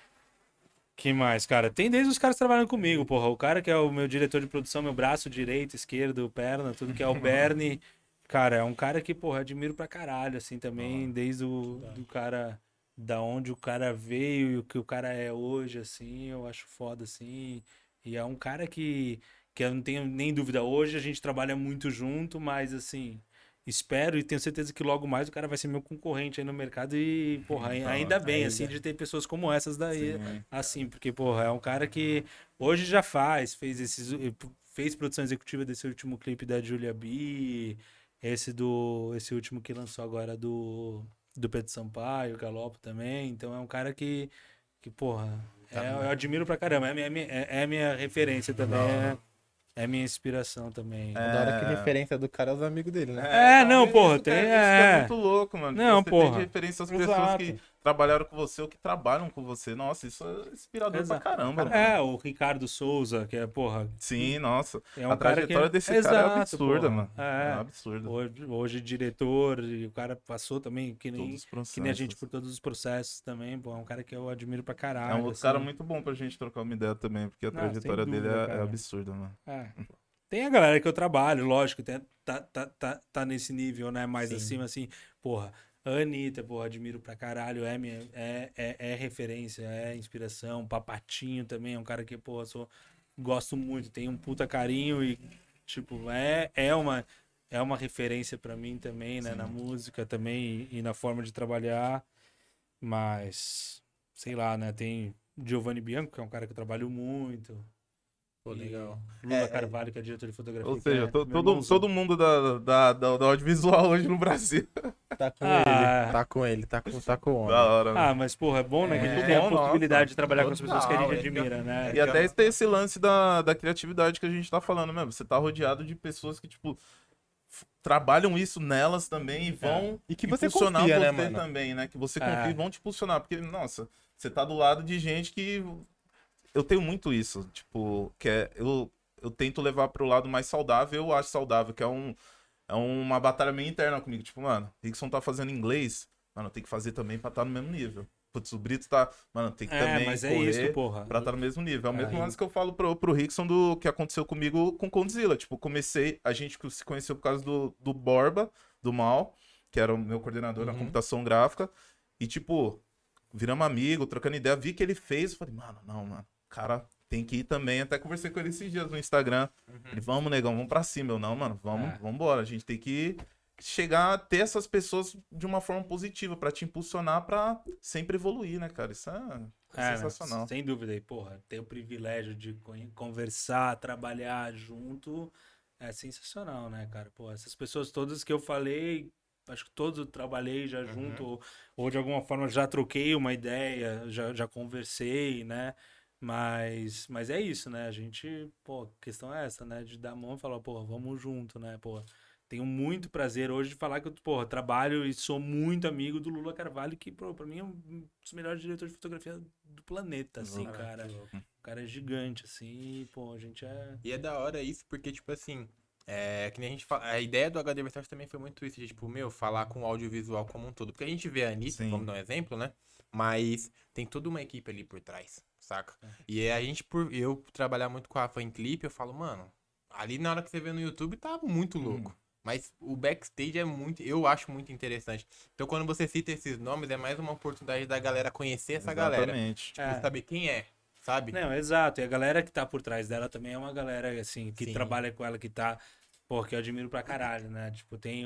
[SPEAKER 3] Que mais, cara? Tem desde os caras trabalhando comigo, porra. O cara que é o meu diretor de produção, meu braço direito, esquerdo, perna, tudo que é o Bernie. Cara, é um cara que, porra, admiro pra caralho, assim, também, desde o do cara, da onde o cara veio e o que o cara é hoje, assim, eu acho foda, assim. E é um cara que eu não tenho nem dúvida. Hoje a gente trabalha muito junto, mas, assim, espero e tenho certeza que logo mais o cara vai ser meu concorrente aí no mercado e, porra, ainda bem, assim, de ter pessoas como essas daí,
[SPEAKER 1] Sim.
[SPEAKER 3] assim, porque, porra, é um cara que hoje já fez produção executiva desse último clipe da Julia B, esse último que lançou agora do Pedro Sampaio, Galopo também, então é um cara que porra, eu admiro pra caramba, é a minha referência também, é a minha inspiração também.
[SPEAKER 2] Da hora que referência do cara é os amigos dele, né?
[SPEAKER 3] Não,
[SPEAKER 1] Isso,
[SPEAKER 3] porra,
[SPEAKER 1] isso que
[SPEAKER 3] tem.
[SPEAKER 1] é muito louco, mano.
[SPEAKER 3] Não,
[SPEAKER 1] Você tem de
[SPEAKER 3] porra.
[SPEAKER 1] referência as pessoas
[SPEAKER 3] Exato.
[SPEAKER 1] que trabalharam com você ou que trabalham com você. Nossa, isso é inspirador pra
[SPEAKER 3] Exato.
[SPEAKER 1] caramba, mano.
[SPEAKER 3] O Ricardo Souza, que é, porra.
[SPEAKER 1] Sim, nossa.
[SPEAKER 3] É
[SPEAKER 1] A
[SPEAKER 3] um cara que
[SPEAKER 1] trajetória desse cara é
[SPEAKER 3] Exato,
[SPEAKER 1] absurda,
[SPEAKER 3] porra.
[SPEAKER 1] mano. É absurda.
[SPEAKER 3] Hoje diretor, e o cara passou também,
[SPEAKER 1] Todos os
[SPEAKER 3] que nem a gente
[SPEAKER 1] processos.
[SPEAKER 3] por todos os processos também, pô. É um cara que eu admiro pra
[SPEAKER 1] É
[SPEAKER 3] caralho.
[SPEAKER 1] um
[SPEAKER 3] assim.
[SPEAKER 1] cara muito bom pra gente trocar uma ideia também, porque a
[SPEAKER 3] Não,
[SPEAKER 1] trajetória
[SPEAKER 3] sem
[SPEAKER 1] dele
[SPEAKER 3] dúvida,
[SPEAKER 1] é
[SPEAKER 3] cara.
[SPEAKER 1] absurda, mano.
[SPEAKER 3] Tem a galera que eu trabalho, lógico, tá nesse nível, né? Mais
[SPEAKER 2] Sim.
[SPEAKER 3] acima, assim, porra. A Anitta, porra, admiro pra caralho, é referência, é inspiração. Papatinho também é um cara que, porra, gosto muito, tem um puta carinho e, tipo, é uma referência pra mim também, né? Na música também e na forma de trabalhar, mas, sei lá, né? Tem Giovanni Bianco, que é um cara que eu trabalho muito.
[SPEAKER 2] Pô, legal.
[SPEAKER 3] Lula Carvalho, que é diretor de fotografia.
[SPEAKER 1] Ou seja,
[SPEAKER 3] que é meu
[SPEAKER 1] todo
[SPEAKER 3] irmãozão.
[SPEAKER 1] mundo do audiovisual hoje no Brasil.
[SPEAKER 2] Tá com
[SPEAKER 3] Ah.
[SPEAKER 2] ele. Tá com ele. Tá com o homem.
[SPEAKER 1] Da hora, mano.
[SPEAKER 3] Ah, mas porra, é bom, né? Que a gente
[SPEAKER 1] muito
[SPEAKER 3] tem a
[SPEAKER 1] bom,
[SPEAKER 3] possibilidade
[SPEAKER 1] nossa.
[SPEAKER 3] de trabalhar com as pessoas que a
[SPEAKER 2] Total,
[SPEAKER 3] gente
[SPEAKER 2] esse
[SPEAKER 3] admira, né?
[SPEAKER 1] E até tem esse lance da criatividade que a gente tá falando mesmo. Você tá rodeado de pessoas que, tipo, trabalham isso nelas também e vão
[SPEAKER 2] E que você
[SPEAKER 1] impulsionar
[SPEAKER 2] confia, né,
[SPEAKER 1] você
[SPEAKER 2] mano?
[SPEAKER 1] também, né? Que você
[SPEAKER 3] É.
[SPEAKER 1] confia e vão te impulsionar. Porque, nossa, você tá do lado de gente que... Eu tenho muito isso, tipo, que é... Eu tento levar pro lado mais saudável, eu acho saudável, que é uma batalha meio interna comigo. Tipo, mano, Rickson tá fazendo inglês, mano, tem que fazer também pra estar no mesmo nível. Putz, o Brito tá... Mano, tem que também
[SPEAKER 3] mas é
[SPEAKER 1] correr
[SPEAKER 3] isso, porra.
[SPEAKER 1] pra estar no mesmo nível. É o mesmo
[SPEAKER 3] É,
[SPEAKER 1] lance que eu falo pro Rickson do que aconteceu comigo com Condzilla. Tipo, a gente se conheceu por causa do Borba, do Mal, que era o meu coordenador na computação gráfica. E, tipo, viramos amigo, trocando ideia, vi que ele fez, eu falei, mano, cara, tem que ir também. Até conversei com ele esses dias no Instagram. Ele, vamos, negão, vamos pra cima. Eu, não, mano, vamos embora. A gente tem que chegar a ter essas pessoas de uma forma positiva pra te impulsionar pra sempre evoluir, né, cara? Isso é sensacional.
[SPEAKER 3] Sem dúvida. E, porra, ter o privilégio de conversar, trabalhar junto é sensacional, né, cara? Pô, essas pessoas todas que eu falei, acho que todos eu trabalhei já junto, ou de alguma forma já troquei uma ideia, já conversei, né? Mas é isso, né? A gente, pô, a questão é essa, né? De dar a mão e falar, pô, vamos junto, né? Pô, tenho muito prazer hoje de falar que eu, porra, trabalho e sou muito amigo do Lula Carvalho, que, pô, pra mim é um dos melhores diretores de fotografia do planeta, assim, cara. O cara é gigante, assim, e, pô, a gente é...
[SPEAKER 2] E é da hora isso, porque, tipo assim, que nem a gente fala, a ideia do HD Versátil também foi muito isso, de, tipo, falar com o audiovisual como um todo. Porque a gente vê a Anitta,
[SPEAKER 1] Sim.
[SPEAKER 2] vamos dar um exemplo, né? Mas tem toda uma equipe ali por trás, saca? E a gente, por eu trabalhar muito com a Rafa em clipe, eu falo, mano, ali na hora que você vê no YouTube tá muito louco. Mas o backstage eu acho muito interessante. Então quando você cita esses nomes, é mais uma oportunidade da galera conhecer essa galera.
[SPEAKER 1] Exatamente.
[SPEAKER 2] Tipo, saber quem é, sabe?
[SPEAKER 3] Não, exato. E a galera que tá por trás dela também é uma galera, assim, que
[SPEAKER 2] Sim.
[SPEAKER 3] trabalha com ela, que tá... Pô, que eu admiro pra caralho, né? Tipo, tem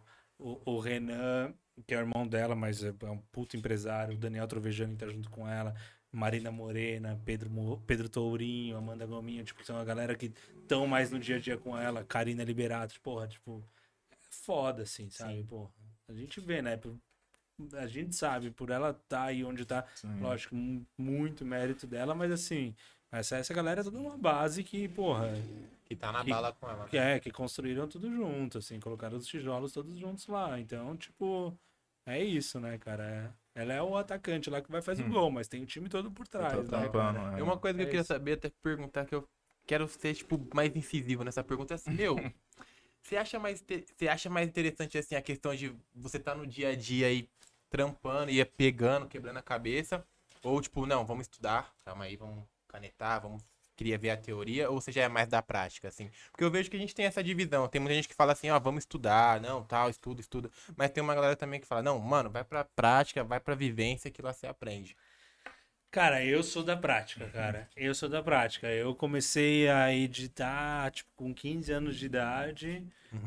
[SPEAKER 3] o Renan, que é o irmão dela, mas é um puto empresário. O Daniel Trovejani que tá junto com ela. Marina Morena, Pedro Tourinho, Amanda Gominho. Tipo, são uma galera que estão mais no dia a dia com ela. Karina Liberato. Porra, tipo... É foda, assim, sabe? Porra, a gente vê, né? A gente sabe, por ela tá aí onde tá, lógico, muito mérito dela, mas assim, essa galera é toda uma base que, porra,
[SPEAKER 2] Que tá na bala com ela.
[SPEAKER 3] que construíram tudo junto, assim, colocaram os tijolos todos juntos lá. Então, tipo, é isso, né, cara? Ela é o atacante lá que vai fazer o gol, mas tem o time todo por trás, né, cara?
[SPEAKER 2] É uma coisa que eu queria saber, até perguntar, que eu quero ser, tipo, mais incisivo nessa pergunta, é assim, você acha mais interessante, assim, a questão de você tá no dia a dia aí, trampando, ia pegando, quebrando a cabeça, ou tipo, não, vamos estudar, calma aí, vamos canetar, queria ver a teoria, ou você já é mais da prática, assim? Porque eu vejo que a gente tem essa divisão, tem muita gente que fala assim, ó, vamos estudar, não, tal, estuda, mas tem uma galera também que fala, não, mano, vai pra prática, vai pra vivência, que lá você aprende.
[SPEAKER 3] Cara, eu sou da prática, cara. Eu sou da prática. Eu comecei a editar, tipo, com 15 anos de idade.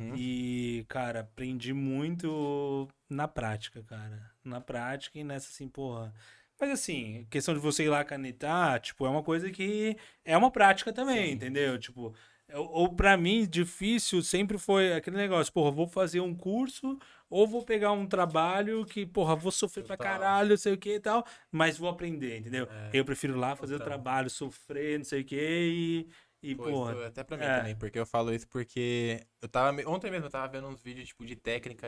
[SPEAKER 3] E, cara, aprendi muito na prática, cara. Na prática e nessa, assim, porra. Mas, assim, questão de você ir lá canetar, tipo, é uma coisa que é uma prática também, entendeu? Tipo, ou pra mim, difícil sempre foi aquele negócio, porra, vou fazer um curso ou vou pegar um trabalho que, porra, vou sofrer pra caralho, sei o que e tal, mas vou aprender, entendeu? Eu prefiro lá fazer o trabalho, sofrer, não sei o que e
[SPEAKER 2] Pô,
[SPEAKER 3] porra.
[SPEAKER 2] isso até pra mim também, porque eu falo isso porque ontem mesmo eu tava vendo uns vídeos, tipo, de técnica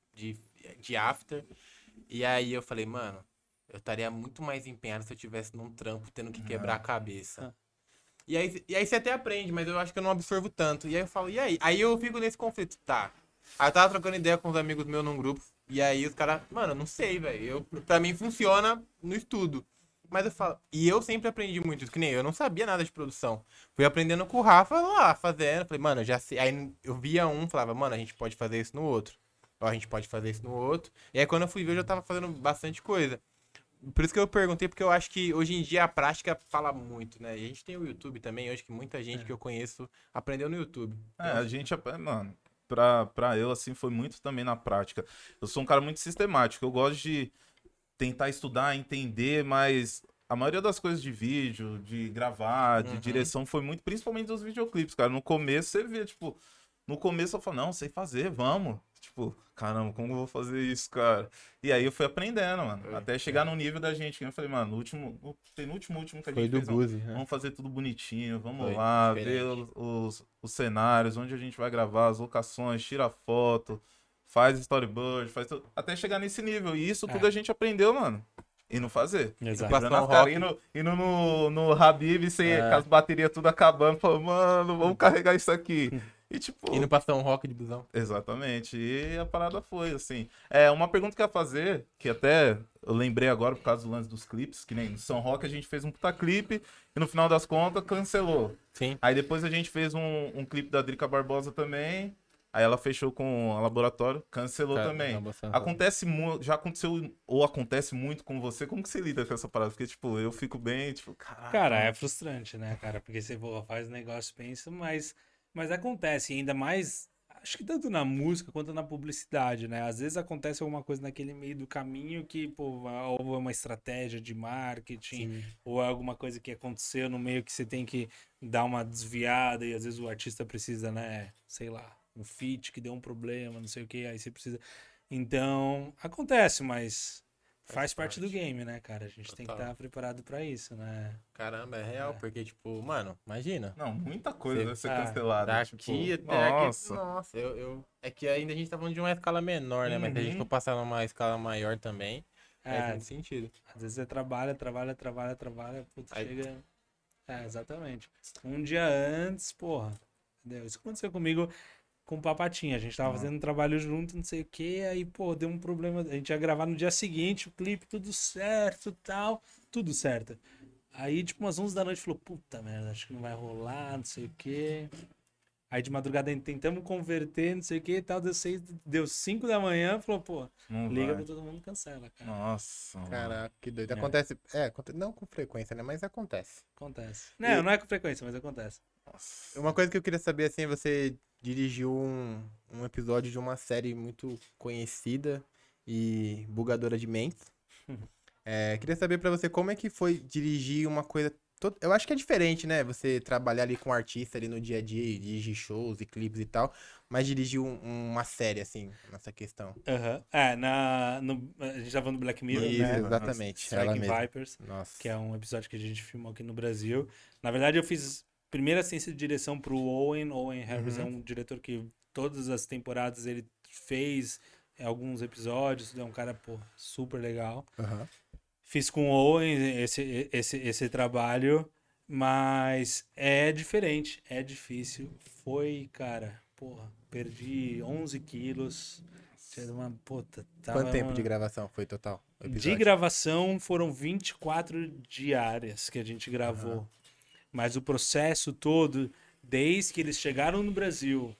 [SPEAKER 2] de after, e aí eu falei, mano, eu estaria muito mais empenhado se eu tivesse num trampo tendo que quebrar a cabeça. E aí você até aprende, mas eu acho que eu não absorvo tanto. E aí eu falo, e aí? Aí eu fico nesse conflito, tá. Aí eu tava trocando ideia com uns amigos meus num grupo, e aí os caras, mano, não sei, velho. Pra mim funciona no estudo. Mas eu falo, e eu sempre aprendi muito isso, que nem eu não sabia nada de produção. Fui aprendendo com o Rafa lá, fazendo. Falei, mano, eu já sei. Aí eu via falava, mano, a gente pode fazer isso no outro. Ó, a gente pode fazer isso no outro. E aí quando eu fui ver, eu já tava fazendo bastante coisa. Por isso que eu perguntei, porque eu acho que hoje em dia a prática fala muito, né? E a gente tem o YouTube também, hoje que muita gente que eu conheço aprendeu no YouTube.
[SPEAKER 1] A gente, mano, pra eu, assim, foi muito também na prática. Eu sou um cara muito sistemático, eu gosto de tentar estudar, entender, mas a maioria das coisas de vídeo, de gravar, de direção, foi muito, principalmente dos videoclipes, cara. No começo você vê, tipo, no começo eu falo, não, sei fazer, vamos. Tipo, caramba, como eu vou fazer isso, cara? E aí eu fui aprendendo, mano. Até chegar no nível da gente. Que eu falei, mano, no penúltimo último que a
[SPEAKER 2] Foi
[SPEAKER 1] gente
[SPEAKER 2] do
[SPEAKER 1] fez,
[SPEAKER 2] Guzi, né?
[SPEAKER 1] vamos fazer tudo bonitinho, vamos
[SPEAKER 2] Foi
[SPEAKER 1] lá,
[SPEAKER 2] diferente.
[SPEAKER 1] ver os cenários, onde a gente vai gravar, as locações, tira foto, faz storyboard, faz tudo. Até chegar nesse nível. E isso tudo a gente aprendeu, mano. E não fazer.
[SPEAKER 3] Exato.
[SPEAKER 1] Quebrando as caras, indo no Habib, sem, com as baterias tudo acabando, falando, mano, vamos carregar isso aqui. E tipo.
[SPEAKER 2] E não passar um rock de busão.
[SPEAKER 1] Exatamente. E a parada foi, assim. Uma pergunta que eu ia fazer, que até eu lembrei agora por causa do lance dos clipes, que nem no São Roque a gente fez um puta clipe e no final das contas cancelou.
[SPEAKER 2] Sim.
[SPEAKER 1] Aí depois a gente fez um clipe da Drica Barbosa também. Aí ela fechou com a Laboratório, cancelou também. Acontece muito, já aconteceu ou acontece muito com você? Como que você lida com essa parada? Porque, tipo, eu fico bem, tipo, caraca.
[SPEAKER 3] Cara, é frustrante, né, cara? Porque você faz negócio, pensa, mas acontece, ainda mais, acho que tanto na música quanto na publicidade, né? Às vezes acontece alguma coisa naquele meio do caminho que, pô, ou é uma estratégia de marketing, ou é alguma coisa que aconteceu no meio que você tem que dar uma desviada e às vezes o artista precisa, né, sei lá, um feat que deu um problema, não sei o que, aí você precisa. Então, acontece, mas faz parte do game, né, cara? A gente tem que estar preparado pra isso, né?
[SPEAKER 2] Caramba, é real, porque, tipo, mano, imagina.
[SPEAKER 1] Não, muita coisa vai ser cancelada.
[SPEAKER 2] Daqui
[SPEAKER 1] tipo,
[SPEAKER 2] até
[SPEAKER 1] nossa.
[SPEAKER 2] nossa, é que ainda a gente tá falando de uma escala menor, né? Mas se a gente for passar numa escala maior também, faz muito sentido.
[SPEAKER 3] Às vezes você trabalha, putz,
[SPEAKER 2] Aí-
[SPEAKER 3] chega. Exatamente. Um dia antes, porra. Entendeu? Isso aconteceu comigo com o Papatinha. A gente tava fazendo um trabalho junto, não sei o que, aí, pô, deu um problema. A gente ia gravar no dia seguinte, o clipe, tudo certo, tal, tudo certo. Aí, tipo, umas 11 da noite, falou, puta merda, acho que não vai rolar, não sei o que. Aí de madrugada tentamos converter, não sei o que e tal, deu 5 da manhã, falou, pô,
[SPEAKER 1] Não
[SPEAKER 3] liga
[SPEAKER 1] vai.
[SPEAKER 3] pra todo mundo e cancela, cara.
[SPEAKER 1] Nossa. mano.
[SPEAKER 2] Caraca, que doido. Acontece, não com frequência, né? Mas acontece.
[SPEAKER 3] Acontece. Não é com frequência, mas acontece.
[SPEAKER 1] Nossa.
[SPEAKER 2] Uma coisa que eu queria saber, assim, você dirigiu um episódio de uma série muito conhecida e bugadora de mentes. Queria saber pra você como é que foi dirigir uma coisa... Eu acho que é diferente, né? Você trabalhar ali com um artista ali no dia a dia, e dirigir shows e clipes e tal, mas dirigir uma série, assim, nessa questão.
[SPEAKER 3] A gente tava no Black Mirror,
[SPEAKER 2] Isso,
[SPEAKER 3] né?
[SPEAKER 2] exatamente. Ela
[SPEAKER 3] Striking
[SPEAKER 2] mesma.
[SPEAKER 3] Vipers,
[SPEAKER 2] Nossa.
[SPEAKER 3] que é um episódio que a gente filmou aqui no Brasil. Na verdade, eu fiz primeira assistência de direção pro Owen Harris é um diretor que todas as temporadas ele fez alguns episódios, é um cara, pô, super legal.
[SPEAKER 2] Aham.
[SPEAKER 3] Fiz com o Owen esse trabalho, mas é diferente, é difícil. Foi, cara, porra, perdi 11 quilos. Tinha uma, puta,
[SPEAKER 2] Quanto tempo de gravação foi total? o
[SPEAKER 3] De
[SPEAKER 2] episódio?
[SPEAKER 3] gravação foram 24 diárias que a gente gravou. Mas o processo todo, desde que eles chegaram no Brasil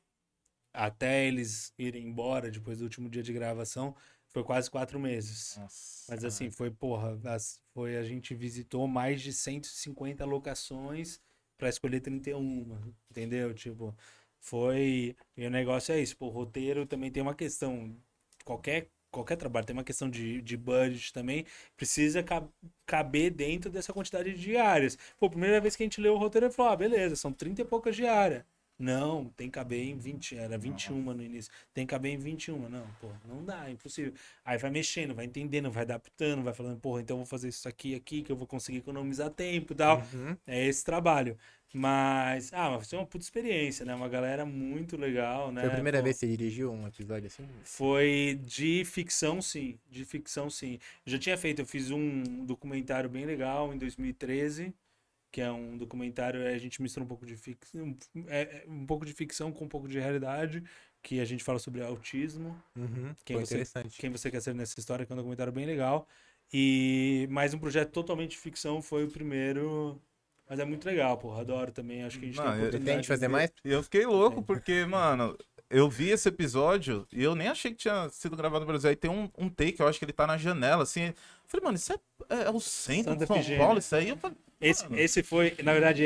[SPEAKER 3] até eles irem embora depois do último dia de gravação, foi quase 4 meses.
[SPEAKER 1] Nossa.
[SPEAKER 3] Mas assim, foi, porra, a gente visitou mais de 150 locações pra escolher 31, entendeu? Tipo, foi... E o negócio é isso, pô, o roteiro também tem uma questão, qualquer trabalho tem uma questão de budget também, precisa caber dentro dessa quantidade de diárias. Pô, primeira vez que a gente leu o roteiro, ele falou, beleza, são 30 e poucas diárias. Não, tem que caber em 20, era 21 no início. Tem que caber em 21. Não, pô, não dá, é impossível. Aí vai mexendo, vai entendendo, vai adaptando, vai falando, porra, então eu vou fazer isso aqui, que eu vou conseguir economizar tempo e tal. É esse trabalho. Mas foi uma puta experiência, né? Uma galera muito legal, né?
[SPEAKER 2] Foi a primeira
[SPEAKER 3] Pô,
[SPEAKER 2] vez que você dirigiu um episódio assim?
[SPEAKER 3] Foi de ficção, sim. De ficção, sim. Já tinha feito, eu fiz um documentário bem legal em 2013. Que é um documentário, a gente mistura um pouco de ficção, um pouco de ficção com um pouco de realidade, que a gente fala sobre autismo.
[SPEAKER 2] Foi interessante.
[SPEAKER 3] Quem você quer ser nessa história, que é um documentário bem legal. E mais um projeto totalmente de ficção foi o primeiro, mas é muito legal, porra, adoro também, acho que a gente tem
[SPEAKER 1] Não,
[SPEAKER 3] oportunidade
[SPEAKER 2] Pretende fazer
[SPEAKER 3] de ver.
[SPEAKER 2] mais?
[SPEAKER 1] E eu fiquei louco porque, mano, eu vi esse episódio e eu nem achei que tinha sido gravado no Brasil. Aí tem um take, eu acho que ele tá na janela, assim. Eu falei, mano, isso é o centro
[SPEAKER 3] Santa
[SPEAKER 1] de São
[SPEAKER 3] Efigênia.
[SPEAKER 1] Paulo, isso aí? Eu falei,
[SPEAKER 3] Esse foi, na verdade,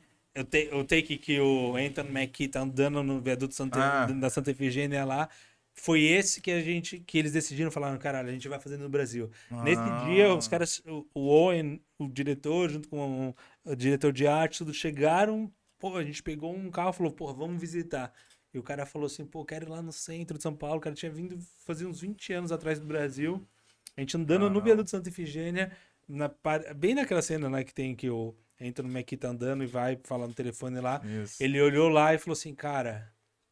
[SPEAKER 3] o take que o Anthony Mackie tá andando no viaduto da Santa Efigênia lá, foi esse que eles decidiram, falaram, caralho, a gente vai fazer no Brasil. Nesse dia, os caras, o Owen, o diretor, junto com o diretor de arte, tudo, chegaram, pô, a gente pegou um carro e falou, pô, vamos visitar. E o cara falou assim, pô, quero ir lá no centro de São Paulo, o cara tinha vindo fazer uns 20 anos atrás do Brasil, a gente andando no viaduto de Santa Ifigênia, bem naquela cena, né, que tem que o entra no Mequita andando e vai falar no telefone lá,
[SPEAKER 1] Isso.
[SPEAKER 3] ele olhou lá e falou assim, cara...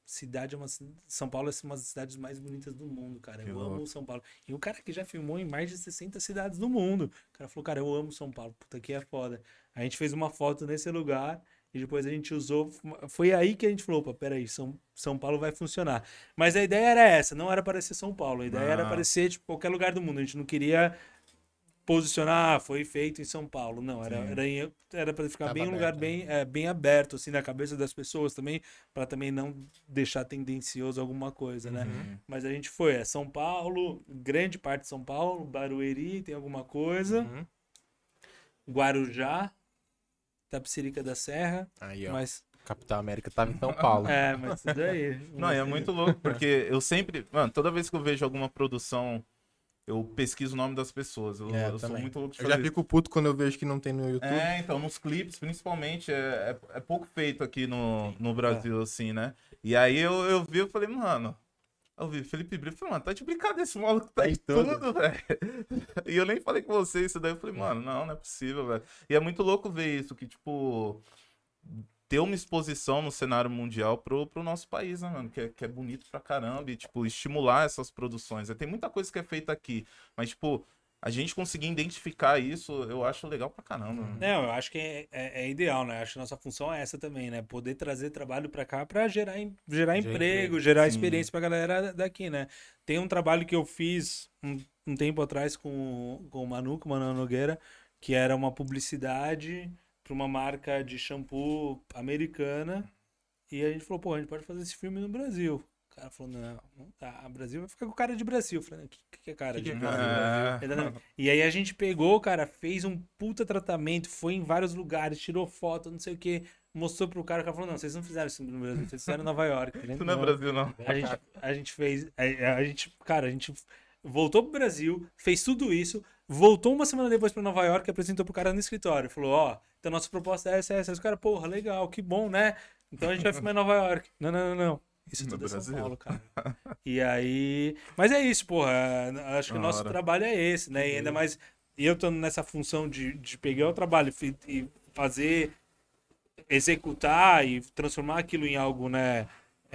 [SPEAKER 3] São Paulo é uma das cidades mais bonitas do mundo, cara. Eu amo São Paulo. E o cara que já filmou em mais de 60 cidades do mundo. O cara falou, cara, eu amo São Paulo. Puta, aqui é foda. A gente fez uma foto nesse lugar e depois a gente usou. Foi aí que a gente falou, opa, peraí, São Paulo vai funcionar. Mas a ideia era essa, não era parecer São Paulo. A ideia era parecer, tipo, qualquer lugar do mundo. A gente não queria posicionar, foi feito em São Paulo. Não, era para ficar bem um lugar bem aberto, assim, na cabeça das pessoas também, para também não deixar tendencioso alguma coisa, né? Mas a gente foi, São Paulo, grande parte de São Paulo, Barueri, tem alguma coisa, Guarujá, Tapicerica da Serra,
[SPEAKER 2] Aí, ó.
[SPEAKER 3] mas...
[SPEAKER 2] Capital América tava em São Paulo.
[SPEAKER 3] Mas tudo aí.
[SPEAKER 1] Não, é muito louco, porque eu sempre... Mano, toda vez que eu vejo alguma produção... Eu pesquiso o nome das pessoas. Eu sou muito louco de fazer
[SPEAKER 2] Eu já fico puto quando eu vejo que não tem no YouTube.
[SPEAKER 1] então, nos clipes, principalmente, é pouco feito aqui no Brasil, assim, né? E aí eu vi, eu falei, mano... Eu vi Felipe Brito, falei, mano, tá de brincadeira, esse maluco tá em tudo, velho. E eu nem falei com você isso daí, eu falei, mano, não é possível, velho. E é muito louco ver isso, que, tipo... ter uma exposição no cenário mundial pro nosso país, né, mano? Que é bonito pra caramba e, tipo, estimular essas produções. Tem muita coisa que é feita aqui, mas, tipo, a gente conseguir identificar isso, eu acho legal pra caramba.
[SPEAKER 3] Não, eu acho que é ideal, né? Acho que a nossa função é essa também, né? Poder trazer trabalho pra cá pra gerar emprego, gerar experiência pra galera daqui, né? Tem um trabalho que eu fiz um tempo atrás com o Manu Nogueira, que era uma publicidade para uma marca de shampoo americana. E a gente falou, pô, a gente pode fazer esse filme no Brasil. O cara falou, não tá, o Brasil vai ficar com cara de Brasil. Eu falei, o que é cara de Brasil? E aí a gente pegou, cara, fez um puta tratamento, foi em vários lugares, tirou foto, não sei o que, mostrou pro cara, o cara falou, não, vocês não fizeram isso no Brasil, vocês fizeram em Nova York.
[SPEAKER 1] Isso não é Brasil, não.
[SPEAKER 3] A gente fez, a gente voltou pro Brasil, fez tudo isso, voltou uma semana depois pra Nova York e apresentou pro cara no escritório. Falou, ó, então nossa proposta é essa. Os caras, porra, legal, que bom, né? Então a gente vai filmar em Nova York. Não. Isso tudo é São Paulo, cara. E aí... Mas é isso, porra. Acho que o nosso trabalho é esse, né? E ainda mais eu tô nessa função de pegar o trabalho e fazer, executar e transformar aquilo em algo, né?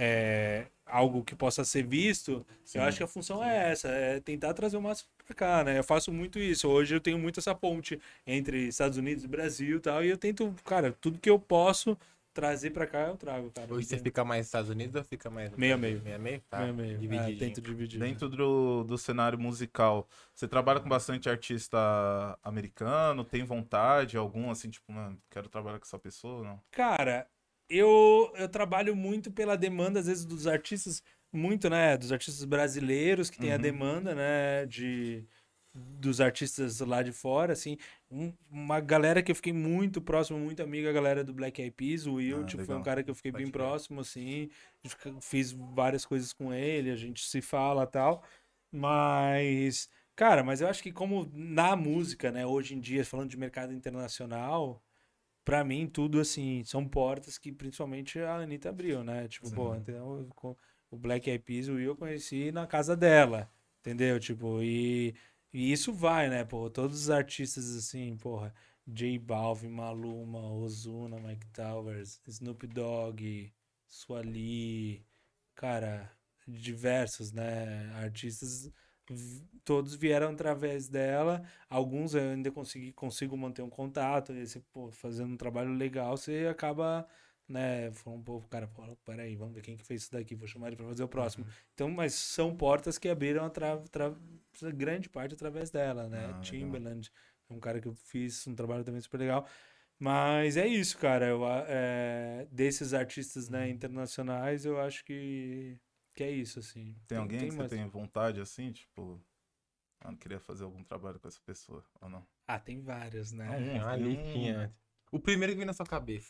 [SPEAKER 3] Algo que possa ser visto. Sim, eu acho que a função é essa, é tentar trazer o máximo pra cá, né? Eu faço muito isso. Hoje eu tenho muito essa ponte entre Estados Unidos e Brasil e tal, e eu tento, cara, tudo que eu posso trazer pra cá, eu trago, cara.
[SPEAKER 2] Hoje você fica mais nos Estados Unidos ou fica mais...
[SPEAKER 3] Meio a meio.
[SPEAKER 2] Meio a meio? Tá.
[SPEAKER 3] Meio a meio.
[SPEAKER 2] Divididinho.
[SPEAKER 3] Tento dividir.
[SPEAKER 1] Dentro do cenário musical, você trabalha com bastante artista americano? Tem vontade, algum, assim, tipo, mano, quero trabalhar com essa pessoa ou não?
[SPEAKER 3] Cara, eu trabalho muito pela demanda, às vezes, dos artistas, muito, né, dos artistas brasileiros, que tem a demanda, né, dos artistas lá de fora, assim, uma galera que eu fiquei muito próximo, muito amiga, a galera do Black Eyed Peas, o Will, tipo, foi um cara que eu fiquei bem próximo, assim, fiz várias coisas com ele, a gente se fala e tal, mas, cara, mas eu acho que como na música, né, hoje em dia, falando de mercado internacional, pra mim, tudo, assim, são portas que principalmente a Anitta abriu, né? Tipo, pô, entendeu? O Black Eyed Peas, o Will, eu conheci na casa dela, entendeu? Tipo, e isso vai, né? Pô, todos os artistas, assim, porra, J Balvin, Maluma, Ozuna, Mike Towers, Snoop Dogg, Sua Lee, cara, diversos, né? Artistas... Todos vieram através dela. Alguns eu ainda consigo manter um contato. E você, pô, fazendo um trabalho legal, você acaba, né? Falando, pô, cara, peraí, vamos ver quem que fez isso daqui, vou chamar ele pra fazer o próximo. Então, mas são portas que abriram grande parte através dela, né? Timbaland é um cara que eu fiz um trabalho também super legal. Mas é isso, cara. Desses artistas, né, internacionais, eu acho que é isso, assim.
[SPEAKER 1] Tem alguém que você tem vontade, assim, tipo... Eu não queria fazer algum trabalho com essa pessoa, ou não?
[SPEAKER 3] Ah, tem vários, né?
[SPEAKER 2] Uma listinha. O primeiro que vem na sua cabeça.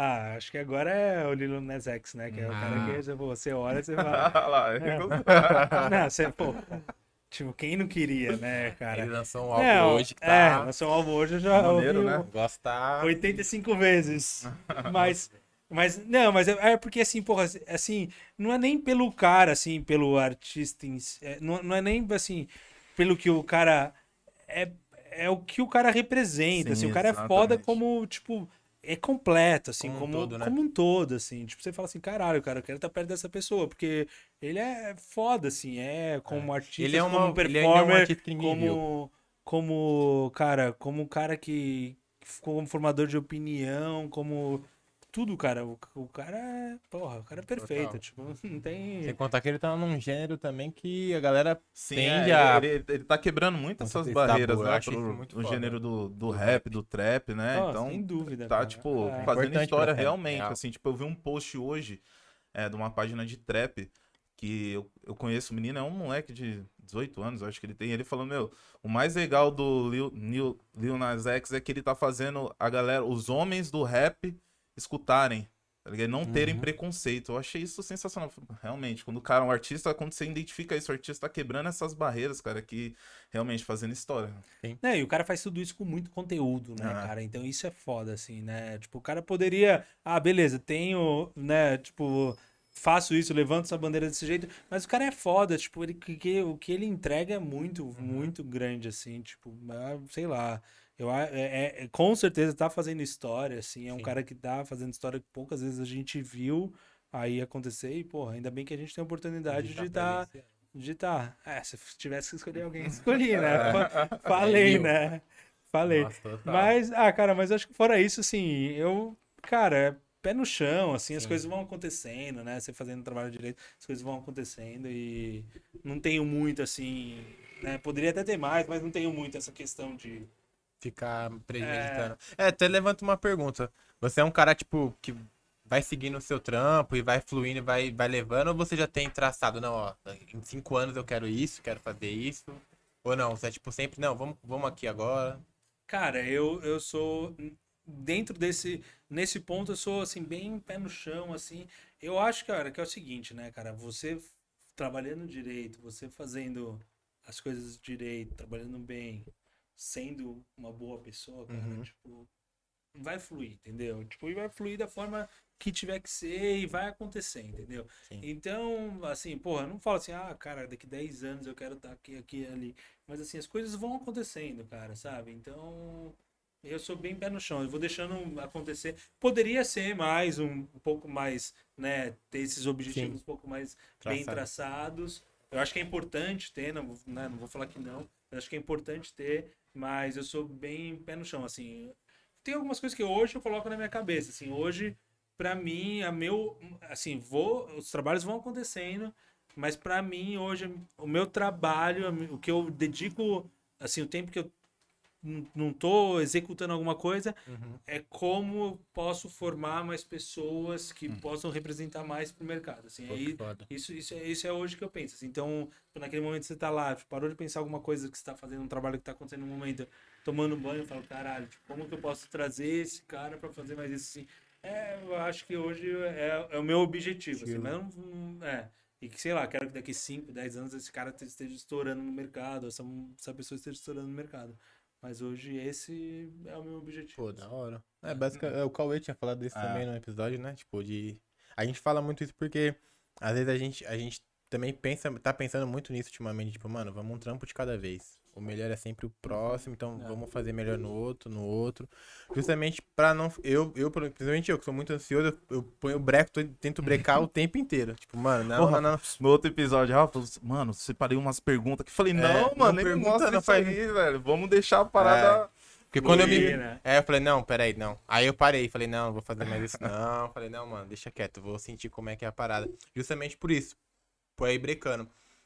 [SPEAKER 3] Ah, acho que agora é o Lil Nas X, né? Que é o cara que você olha e você fala.
[SPEAKER 1] Olha lá,
[SPEAKER 3] Não, você, pô. Tipo, quem não queria, né,
[SPEAKER 2] Ele
[SPEAKER 3] cara?
[SPEAKER 2] lançou um álbum
[SPEAKER 3] Não,
[SPEAKER 2] hoje que tá...
[SPEAKER 3] lançou um álbum hoje, eu já
[SPEAKER 1] maneiro,
[SPEAKER 3] ouvi
[SPEAKER 1] né?
[SPEAKER 2] Gosta...
[SPEAKER 3] 85 vezes. Mas é porque assim, porra, assim, não é nem pelo cara, assim, pelo artista em si, não é nem assim, pelo que o cara é, é o que o cara representa, assim,
[SPEAKER 1] Sim,
[SPEAKER 3] o cara é foda
[SPEAKER 1] exatamente.
[SPEAKER 3] como, tipo, é completo, assim,
[SPEAKER 2] Como um todo, né?
[SPEAKER 3] como um todo, assim, tipo, você fala assim, caralho, cara, eu quero estar perto dessa pessoa, porque ele é foda, assim, como artista, assim, como um
[SPEAKER 2] Ele ainda é um
[SPEAKER 3] performer,
[SPEAKER 2] artista que ninguém viu.
[SPEAKER 3] como um cara que, como formador de opinião, como tudo, cara, o cara é, porra, o cara é perfeito,
[SPEAKER 2] Total.
[SPEAKER 3] tipo, não
[SPEAKER 2] Sem
[SPEAKER 3] tem...
[SPEAKER 2] contar que ele tá num gênero também que a galera
[SPEAKER 1] Sim,
[SPEAKER 2] tende
[SPEAKER 1] ele,
[SPEAKER 2] a...
[SPEAKER 1] ele tá quebrando muito essas
[SPEAKER 2] Esse
[SPEAKER 1] barreiras,
[SPEAKER 2] tabu, eu
[SPEAKER 1] né?
[SPEAKER 2] acho isso
[SPEAKER 1] Pro,
[SPEAKER 2] muito
[SPEAKER 1] o
[SPEAKER 2] foda.
[SPEAKER 1] gênero do
[SPEAKER 2] Do
[SPEAKER 1] rap,
[SPEAKER 2] rap.
[SPEAKER 1] do trap, né?
[SPEAKER 3] Oh, sem
[SPEAKER 1] Então,
[SPEAKER 3] dúvida,
[SPEAKER 1] tá,
[SPEAKER 3] cara.
[SPEAKER 1] tipo,
[SPEAKER 2] É
[SPEAKER 1] fazendo
[SPEAKER 2] importante pra
[SPEAKER 1] história
[SPEAKER 2] cena,
[SPEAKER 1] realmente,
[SPEAKER 2] real.
[SPEAKER 1] assim. Tipo, eu vi um post hoje de uma página de trap que eu conheço o menino, é um moleque de 18 anos, eu acho que ele tem. Ele falou, meu, o mais legal do Lil Nas X é que ele tá fazendo a galera, os homens do rap escutarem, tá ligado? Não terem
[SPEAKER 2] Uhum.
[SPEAKER 1] preconceito. Eu achei isso sensacional. Realmente, quando o cara, um artista, quando você identifica isso, o artista tá quebrando essas barreiras, cara, que realmente fazendo história.
[SPEAKER 2] Sim.
[SPEAKER 3] Né, e o cara faz tudo isso com muito conteúdo, né,
[SPEAKER 1] Ah,
[SPEAKER 3] cara? Então isso é foda, assim, né? Tipo, o cara poderia. Ah, beleza, tenho, né? Tipo, faço isso, levanto essa bandeira desse jeito, mas o cara é foda, tipo, o que ele entrega é muito,
[SPEAKER 2] Uhum.
[SPEAKER 3] muito grande, assim, tipo, sei lá. Com certeza tá fazendo história, assim, é um
[SPEAKER 2] Sim.
[SPEAKER 3] cara que tá fazendo história que poucas vezes a gente viu aí acontecer, e, porra, ainda bem que a gente tem a oportunidade de estar. Se tivesse que escolher alguém, escolhi, né?
[SPEAKER 2] É
[SPEAKER 3] Falei,
[SPEAKER 2] Lil.
[SPEAKER 3] né? Falei.
[SPEAKER 2] Nossa, total.
[SPEAKER 3] Mas, cara, mas acho que fora isso, assim, cara, pé no chão, assim, as
[SPEAKER 2] Sim.
[SPEAKER 3] coisas vão acontecendo, né? Você fazendo o trabalho direito, as coisas vão acontecendo e não tenho muito, assim, né? Poderia até ter mais, mas não tenho muito essa questão de.
[SPEAKER 2] Ficar
[SPEAKER 3] É,
[SPEAKER 2] premeditando. Até levanta uma pergunta. Você é um cara, tipo, que vai seguindo o seu trampo e vai fluindo e vai levando, ou você já tem traçado, não, ó, em 5 anos eu quero isso, quero fazer isso? Ou não, você é tipo sempre, não, vamos aqui agora.
[SPEAKER 3] cara, eu sou. Dentro nesse ponto, eu sou, assim, bem pé no chão, assim. Eu acho, cara, que é o seguinte, né, cara? Você trabalhando direito, você fazendo as coisas direito, trabalhando bem, sendo uma boa pessoa, cara,
[SPEAKER 2] Uhum.
[SPEAKER 3] tipo, vai fluir, entendeu? Tipo, e vai fluir da forma que tiver que ser e vai acontecer, entendeu?
[SPEAKER 2] Sim.
[SPEAKER 3] Então, assim, porra, eu não falo assim, ah, cara, daqui 10 anos eu quero estar aqui, aqui, ali. Mas assim, as coisas vão acontecendo, cara, sabe? Então, eu sou bem pé no chão, eu vou deixando acontecer. Poderia ser mais, um pouco mais, né, ter esses
[SPEAKER 2] Sim,
[SPEAKER 3] objetivos um pouco mais bem
[SPEAKER 2] traçado.
[SPEAKER 3] traçados. Eu acho que é importante ter, não vou falar que não, eu acho que é importante ter, mas eu sou bem pé no chão, assim. Tem algumas coisas que hoje eu coloco na minha cabeça, assim, hoje para mim, assim, os trabalhos vão acontecendo, mas para mim hoje o meu trabalho, o que eu dedico, assim, o tempo que eu não tô executando alguma coisa,
[SPEAKER 2] Uhum.
[SPEAKER 3] é como eu posso formar mais pessoas que possam representar mais pro mercado, assim.
[SPEAKER 2] Pô, que
[SPEAKER 3] Aí
[SPEAKER 2] foda.
[SPEAKER 3] isso é hoje que eu penso, assim. Então, naquele momento que você tá lá, parou de pensar alguma coisa que você tá fazendo, um trabalho que tá acontecendo no momento, tomando banho, eu falo, caralho, tipo, como que eu posso trazer esse cara para fazer mais isso, assim? Eu acho que hoje é o meu objetivo, assim, mas
[SPEAKER 2] Estilo.
[SPEAKER 3] e que, sei lá, quero que daqui 5 10 anos esse cara esteja estourando no mercado, essa pessoa esteja estourando no mercado. Mas hoje esse é o meu objetivo,
[SPEAKER 2] Pô, da
[SPEAKER 3] assim.
[SPEAKER 2] hora. O Cauê tinha falado desse também
[SPEAKER 1] ah,
[SPEAKER 2] no episódio, né? Tipo, de. A gente fala muito isso porque às vezes a gente também tá pensando muito nisso ultimamente. Tipo, mano, vamos um trampo de cada vez. O melhor é sempre o próximo, então
[SPEAKER 3] É.
[SPEAKER 2] vamos fazer melhor no outro, no outro. Justamente pra não. Principalmente eu, que sou muito ansioso, eu ponho o breco, tento brecar o tempo inteiro. Tipo, mano,
[SPEAKER 1] Ô,
[SPEAKER 2] não, não,
[SPEAKER 1] Rafa,
[SPEAKER 2] não.
[SPEAKER 1] no outro episódio, Rafa, mano, separei umas perguntas que falei, não,
[SPEAKER 2] Não
[SPEAKER 1] mano, nem me
[SPEAKER 2] pergunta,
[SPEAKER 1] mostra
[SPEAKER 2] não
[SPEAKER 1] isso
[SPEAKER 2] faz.
[SPEAKER 1] aí, velho. Vamos deixar a
[SPEAKER 2] É.
[SPEAKER 1] parada
[SPEAKER 2] Porque quando eu me.
[SPEAKER 3] Fluir, né?
[SPEAKER 2] Eu falei, não, peraí, não. Aí eu parei, falei, não, não vou fazer mais isso, não. Falei, não, mano, deixa quieto, vou sentir como é que é a parada. Justamente por isso. Por aí brecando.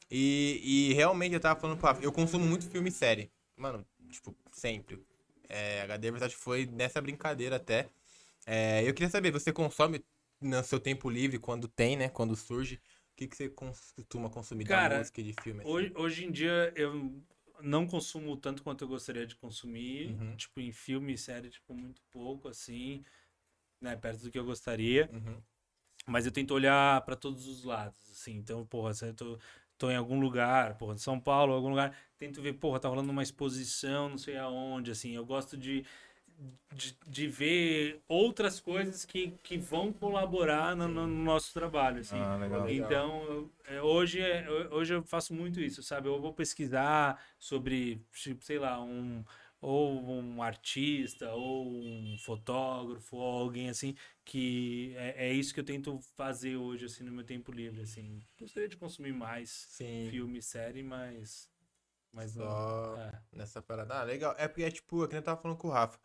[SPEAKER 2] E realmente eu tava falando, pô, eu consumo muito filme e série. Mano, tipo, sempre. HD Versátil foi nessa brincadeira até. Eu queria saber, você consome no seu tempo livre, quando tem, né? Quando surge, o que você costuma consumir da
[SPEAKER 3] Cara,
[SPEAKER 2] música e de filme, assim?
[SPEAKER 3] hoje em dia eu não consumo tanto quanto eu gostaria de consumir.
[SPEAKER 2] Uhum.
[SPEAKER 3] Tipo, em filme e série, tipo, muito pouco, assim. né, perto do que eu gostaria.
[SPEAKER 2] Uhum.
[SPEAKER 3] Mas eu tento olhar para todos os lados, assim. Então, porra, se eu tô em algum lugar, porra, em São Paulo, algum lugar, tento ver, porra, tá rolando uma exposição, não sei aonde, assim. Eu gosto de ver outras coisas que vão colaborar no nosso trabalho, assim.
[SPEAKER 1] Legal.
[SPEAKER 3] Então, hoje eu faço muito isso, sabe? Eu vou pesquisar sobre, tipo, sei lá, ou um artista, ou um fotógrafo, ou alguém assim, que é isso que eu tento fazer hoje, assim, no meu tempo livre, assim. Gostaria de consumir mais
[SPEAKER 2] Sim.
[SPEAKER 3] filme, série, mas
[SPEAKER 2] Só
[SPEAKER 3] não. É.
[SPEAKER 2] nessa parada. Ah, legal. É porque, tipo, é que eu tava falando com o Rafa.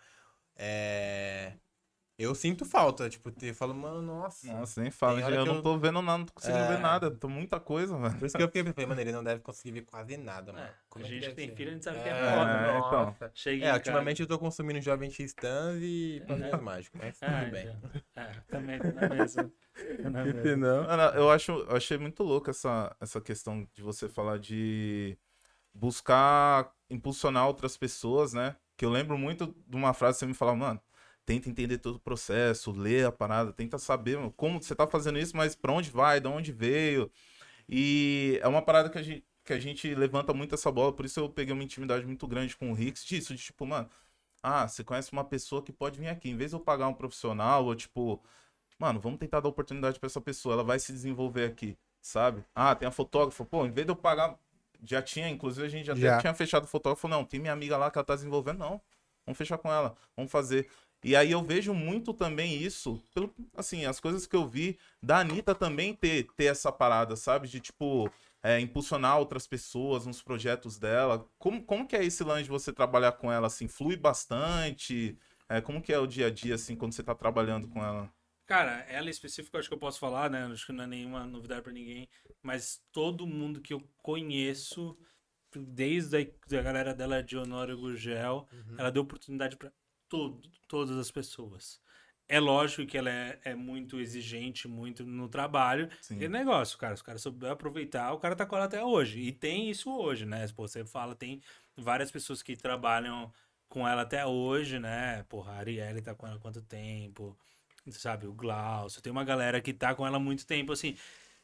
[SPEAKER 2] Eu sinto falta, tipo, eu falo, mano, nossa.
[SPEAKER 1] Nossa, nem fala.
[SPEAKER 2] Tem hora
[SPEAKER 1] Eu
[SPEAKER 2] que
[SPEAKER 1] não
[SPEAKER 2] eu-
[SPEAKER 1] tô vendo nada, não tô conseguindo ver nada. Tô muita coisa, mano.
[SPEAKER 2] Por isso que eu fiquei pensando, mano, ele não deve conseguir ver quase nada, mano.
[SPEAKER 3] A
[SPEAKER 2] Como é que
[SPEAKER 3] gente
[SPEAKER 2] deve
[SPEAKER 3] que tem
[SPEAKER 2] ser?
[SPEAKER 3] filho, a gente sabe que
[SPEAKER 2] É,
[SPEAKER 3] é foda, né?
[SPEAKER 1] então.
[SPEAKER 2] nossa.
[SPEAKER 3] Chega em casa.
[SPEAKER 2] Ultimamente eu tô consumindo Jovem X-Tans e Padrinhos Mágicos, mas tudo bem.
[SPEAKER 3] Então. Também tô na mesma. Tô na mesma.
[SPEAKER 2] Se não...
[SPEAKER 1] Mano, eu achei muito louco essa questão de você falar de buscar impulsionar outras pessoas, né? Que eu lembro muito de uma frase que você me falava, mano, tenta entender todo o processo, lê a parada, tenta saber mano, como você tá fazendo isso, mas pra onde vai, de onde veio. E é uma parada que a gente levanta muito essa bola, por isso eu peguei uma intimidade muito grande com o Ricks, disso, de tipo, mano, você conhece uma pessoa que pode vir aqui, em vez de eu pagar um profissional, ou tipo, mano, vamos tentar dar oportunidade pra essa pessoa, ela vai se desenvolver aqui, sabe? Tem a fotógrafa, pô, em vez de eu pagar, já tinha, inclusive a gente até tinha fechado o fotógrafo, não, tem minha amiga lá que ela tá desenvolvendo, não, vamos fechar com ela, vamos fazer. E aí eu vejo muito também isso, assim, as coisas que eu vi da Anitta também ter essa parada, sabe? De, tipo, impulsionar outras pessoas nos projetos dela. Como que é esse lance de você trabalhar com ela, assim? Flui bastante? Como que é o dia a dia, assim, quando você tá trabalhando com ela?
[SPEAKER 3] Cara, ela em específico, acho que eu posso falar, né? Acho que não é nenhuma novidade pra ninguém, mas todo mundo que eu conheço, desde a galera dela de Honório Gurgel, ela deu oportunidade pra todas as pessoas. É lógico que ela é muito exigente, muito no trabalho.
[SPEAKER 1] Sim.
[SPEAKER 3] E negócio, cara, os caras souberam aproveitar, o cara tá com ela até hoje. E tem isso hoje, né? Pô, você fala, tem várias pessoas que trabalham com ela até hoje, né? Porra, a Arielle tá com ela há quanto tempo? Sabe, o Glaucio, tem uma galera que tá com ela há muito tempo, assim.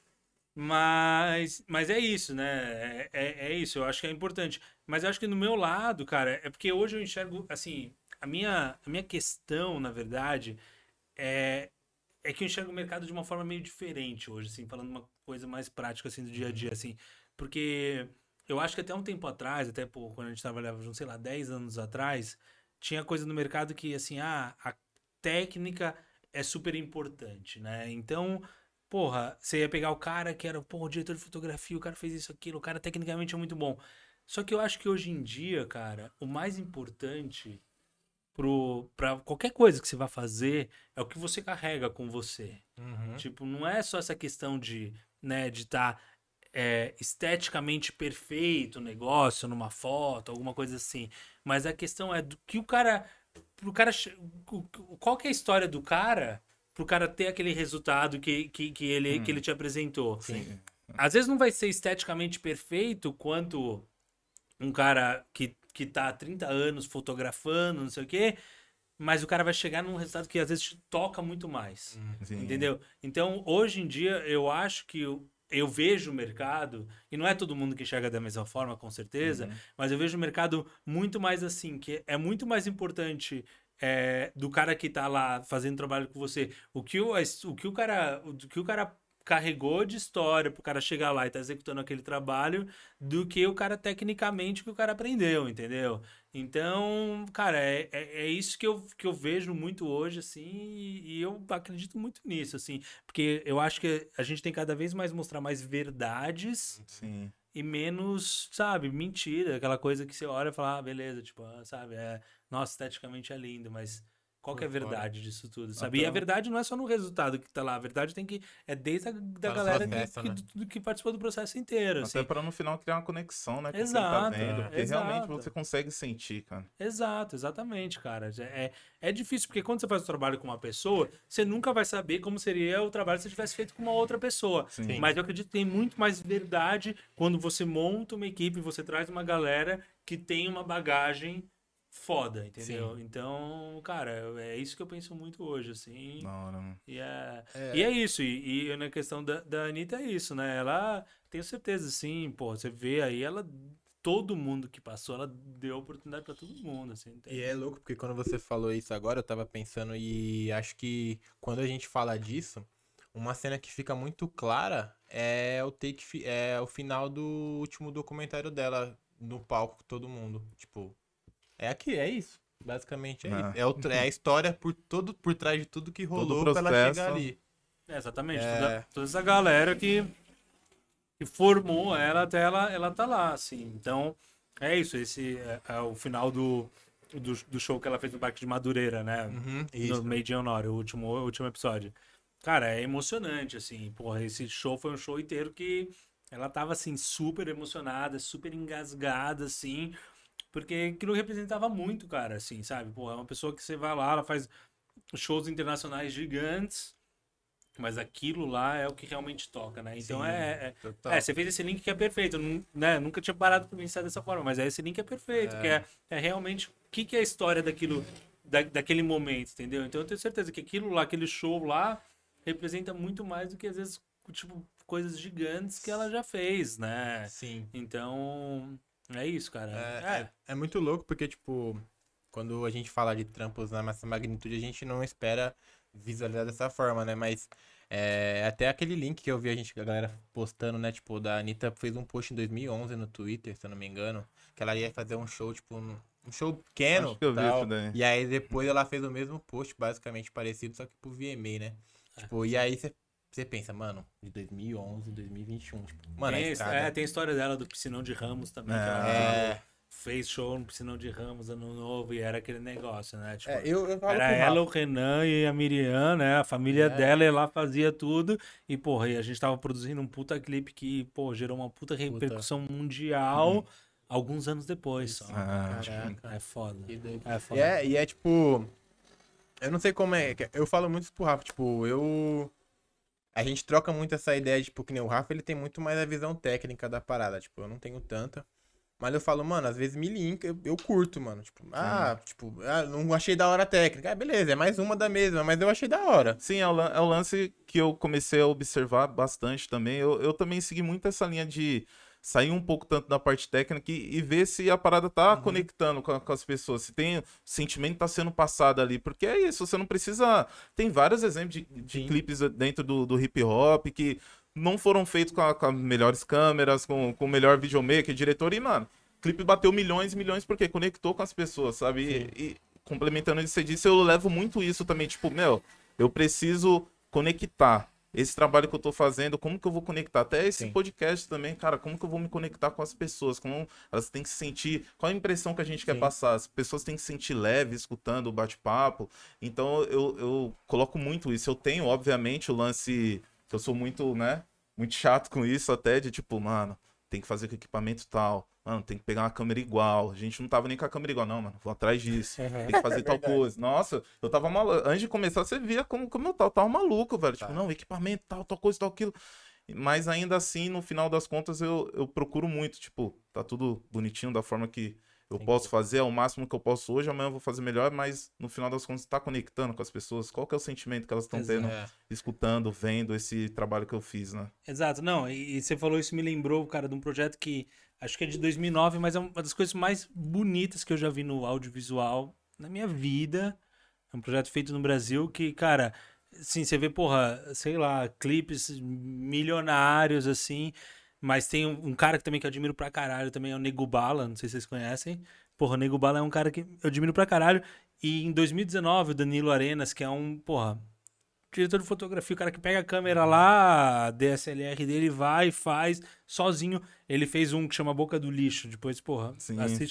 [SPEAKER 3] Mas é isso, né? É isso, eu acho que é importante. Mas eu acho que no meu lado, cara, é porque hoje eu enxergo, assim, a minha questão, na verdade, é que eu enxergo o mercado de uma forma meio diferente hoje, assim, falando uma coisa mais prática, assim, do dia a dia, assim. Porque eu acho que até um tempo atrás, até pô, quando a gente trabalhava junto, sei lá, 10 anos atrás, tinha coisa no mercado que, assim, a técnica é super importante, né? Então, porra, você ia pegar o cara que era, porra, o diretor de fotografia, o cara fez isso, aquilo, o cara tecnicamente é muito bom. Só que eu acho que hoje em dia, cara, o mais importante pra qualquer coisa que você vai fazer é o que você carrega com você. Tipo, não é só essa questão de, né, de estar esteticamente perfeito o negócio numa foto, alguma coisa assim. Mas a questão é do que o cara. Qual que é a história do cara pro cara ter aquele resultado que ele te apresentou?
[SPEAKER 1] Sim.
[SPEAKER 3] Às vezes não vai ser esteticamente perfeito quanto um cara que tá há 30 anos fotografando, não sei o quê, mas o cara vai chegar num resultado que às vezes te toca muito mais.
[SPEAKER 1] Sim.
[SPEAKER 3] Entendeu? Então, hoje em dia, eu acho que eu vejo o mercado, e não é todo mundo que enxerga da mesma forma, com certeza, mas eu vejo o mercado muito mais assim, que é muito mais importante do cara que tá lá fazendo trabalho com você, o que o cara carregou de história pro cara chegar lá e tá executando aquele trabalho, do que o cara tecnicamente que o cara aprendeu, entendeu? Então, cara, é isso que eu vejo muito hoje, assim, e eu acredito muito nisso, assim, porque eu acho que a gente tem cada vez mais mostrar mais verdades
[SPEAKER 1] Sim.
[SPEAKER 3] e menos, sabe, mentira, aquela coisa que você olha e fala, beleza, tipo, sabe, nossa, esteticamente é lindo, mas qual que é a
[SPEAKER 2] Por fora.
[SPEAKER 3] verdade disso tudo, sabe? E a verdade não é só no resultado que tá lá, a verdade desde da
[SPEAKER 2] no
[SPEAKER 3] galera
[SPEAKER 2] processo, né?
[SPEAKER 3] que participou do processo inteiro,
[SPEAKER 1] Até
[SPEAKER 3] assim.
[SPEAKER 1] pra no final criar uma conexão, né, com quem tá
[SPEAKER 3] Exato,
[SPEAKER 1] vendo. Porque realmente
[SPEAKER 3] exato.
[SPEAKER 1] você consegue sentir, cara.
[SPEAKER 3] Exato, exatamente, cara. É difícil, porque quando você faz o trabalho com uma pessoa, você nunca vai saber como seria o trabalho se você tivesse feito com uma outra pessoa.
[SPEAKER 1] Sim.
[SPEAKER 3] Mas eu acredito que tem muito mais verdade quando você monta uma equipe, você traz uma galera que tem uma bagagem foda, entendeu? Sim. Então, cara, é isso que eu penso muito hoje, assim.
[SPEAKER 1] Da hora, mano.
[SPEAKER 3] E é isso. E na questão da Anitta é isso, né? Ela, tenho certeza, sim, pô, você vê aí, todo mundo que passou, ela deu oportunidade pra todo mundo, assim.
[SPEAKER 2] E é louco, porque quando você falou isso agora, eu tava pensando e acho que quando a gente fala disso, uma cena que fica muito clara é o final do último documentário dela no palco com todo mundo. Tipo, é isso. Basicamente isso. É a história por trás de tudo que rolou pra ela chegar ali.
[SPEAKER 3] Exatamente. Toda essa galera que formou ela até ela tá lá, assim. Então, é isso. Esse é o final do show que ela fez no Parque de Madureira, né? No Made in Honor, o último episódio. Cara, é emocionante, assim. Porra, esse show foi um show inteiro que ela tava, assim, super emocionada, super engasgada, assim. Porque aquilo representava muito, cara, assim, sabe? Porra, é uma pessoa que você vai lá, ela faz shows internacionais gigantes, mas aquilo lá é o que realmente toca, né? Então você fez esse link que é perfeito, né? Nunca tinha parado pra pensar dessa forma, mas esse link é perfeito, que é realmente o que é a história daquele momento, entendeu? Então eu tenho certeza que aquilo lá, aquele show lá, representa muito mais do que às vezes, tipo, coisas gigantes que ela já fez, né?
[SPEAKER 2] Sim.
[SPEAKER 3] Então, é isso, cara.
[SPEAKER 2] É muito louco porque, tipo, quando a gente fala de trampos nessa magnitude, a gente não espera visualizar dessa forma, né? Mas até aquele link que eu vi a galera postando, né? Tipo, da Anitta fez um post em 2011 no Twitter, se eu não me engano, que ela ia fazer um show, tipo, um show pequeno.
[SPEAKER 1] Acho que eu vi isso daí.
[SPEAKER 2] E aí depois ela fez o mesmo post, basicamente parecido, só que pro VMA, né? Tipo, e aí você pensa, mano, de 2011, 2021, tipo, mano,
[SPEAKER 3] tem a história dela do Piscinão de Ramos também, que ela fez show no Piscinão de Ramos ano novo e era aquele negócio, né? Tipo,
[SPEAKER 2] eu falo
[SPEAKER 3] era ela, o Renan e a Miriam, né? A família dela e lá fazia tudo. E, porra, e a gente tava produzindo um puta clipe que, pô, gerou uma puta repercussão mundial alguns anos depois. Só.
[SPEAKER 2] Caraca.
[SPEAKER 3] É foda.
[SPEAKER 2] E é tipo... Eu não sei como é. Eu falo muito isso pro Rafa, tipo, a gente troca muito essa ideia, tipo, que nem o Rafa, ele tem muito mais a visão técnica da parada, tipo, eu não tenho tanta. Mas eu falo, mano, às vezes me linka, eu curto, mano. Tipo, não achei da hora a técnica. Beleza, é mais uma da mesma, mas eu achei da hora.
[SPEAKER 1] Sim, é o lance que eu comecei a observar bastante também. Eu também segui muito essa linha de sair um pouco tanto da parte técnica e ver se a parada tá conectando com as pessoas, se tem o sentimento tá sendo passado ali, porque é isso, você não precisa... Tem vários exemplos de clipes dentro do hip hop que não foram feitos com as melhores câmeras, com o melhor videomaker, diretor, e, mano, o clipe bateu milhões e milhões porque conectou com as pessoas, sabe? E complementando o que você disse, eu levo muito isso também, tipo, eu preciso conectar. Esse trabalho que eu tô fazendo, como que eu vou conectar? Até esse podcast também, cara, como que eu vou me conectar com as pessoas? Como elas têm que se sentir... Qual a impressão que a gente quer passar? As pessoas têm que se sentir leve escutando o bate-papo. Então, eu coloco muito isso. Eu tenho, obviamente, o lance... que eu sou muito, né? Muito chato com isso até, de tipo, mano, tem que fazer com equipamento tal. Mano, tem que pegar uma câmera igual. A gente não tava nem com a câmera igual, não, mano. Vou atrás disso. Tem que fazer tal coisa. Nossa, eu tava maluco. Antes de começar, você via como eu tava maluco, velho. Tipo, não, equipamento, tal coisa, tal aquilo. Mas ainda assim, no final das contas, eu procuro muito. Tipo, tá tudo bonitinho da forma que eu posso fazer. É o máximo que eu posso hoje. Amanhã eu vou fazer melhor. Mas no final das contas, tá conectando com as pessoas. Qual que é o sentimento que elas estão tendo, escutando, vendo esse trabalho que eu fiz, né?
[SPEAKER 3] Exato. Não, e você falou isso, me lembrou, cara, de um projeto que... Acho que é de 2009, mas é uma das coisas mais bonitas que eu já vi no audiovisual na minha vida. É um projeto feito no Brasil que, cara, assim, você vê, porra, sei lá, clipes milionários, assim, mas tem um cara que também que eu admiro pra caralho também, é o Nego Bala, não sei se vocês conhecem. Porra, o Nego Bala é um cara que eu admiro pra caralho. E em 2019, o Danilo Arenas, que é um, porra, diretor de fotografia, o cara que pega a câmera lá, a DSLR dele, vai e faz sozinho. Ele fez um que chama Boca do Lixo. Depois, porra, assiste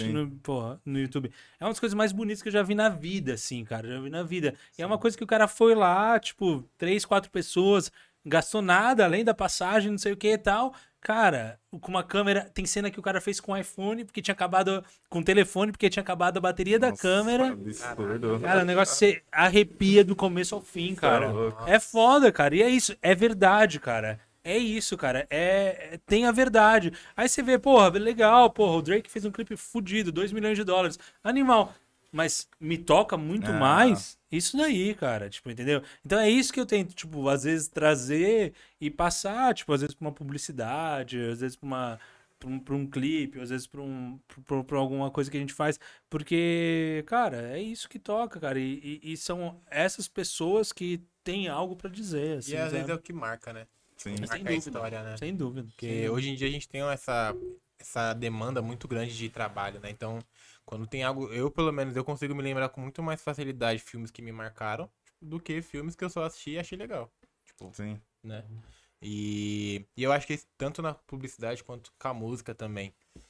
[SPEAKER 3] no YouTube. É uma das coisas mais bonitas que eu já vi na vida, assim, cara. Já vi na vida. E é uma coisa que o cara foi lá, tipo, 3, 4 pessoas, gastou nada, além da passagem, não sei o que e tal. Cara, com uma câmera... Tem cena que o cara fez com iPhone, porque tinha acabado... Com telefone, porque tinha acabado a bateria da câmera.
[SPEAKER 1] Absurdo.
[SPEAKER 3] Cara, o negócio você arrepia do começo ao fim, cara. É foda, cara. E é isso. É verdade, cara. É isso, cara. Tem a verdade. Aí você vê, porra, legal, porra, o Drake fez um clipe fudido, $2 milhões. Animal. mas me toca muito mais isso daí, cara, tipo, entendeu? Então é isso que eu tento, tipo, às vezes trazer e passar, tipo, às vezes pra uma publicidade, às vezes pra um clipe, às vezes pra alguma coisa que a gente faz, porque, cara, é isso que toca, cara, e são essas pessoas que têm algo pra dizer, assim,
[SPEAKER 2] E às vezes
[SPEAKER 3] sabe?
[SPEAKER 2] é o que marca, né?
[SPEAKER 1] Sim.
[SPEAKER 3] Sem
[SPEAKER 2] Marca a
[SPEAKER 3] dúvida,
[SPEAKER 2] história, né?
[SPEAKER 3] sem dúvida.
[SPEAKER 2] Porque hoje em dia a gente tem essa demanda muito grande de trabalho, né? Então, quando tem algo, eu pelo menos, eu consigo me lembrar com muito mais facilidade filmes que me marcaram do que filmes que eu só assisti e achei legal. Tipo,
[SPEAKER 1] Sim.
[SPEAKER 2] né? E eu acho que isso tanto na publicidade quanto com a música também.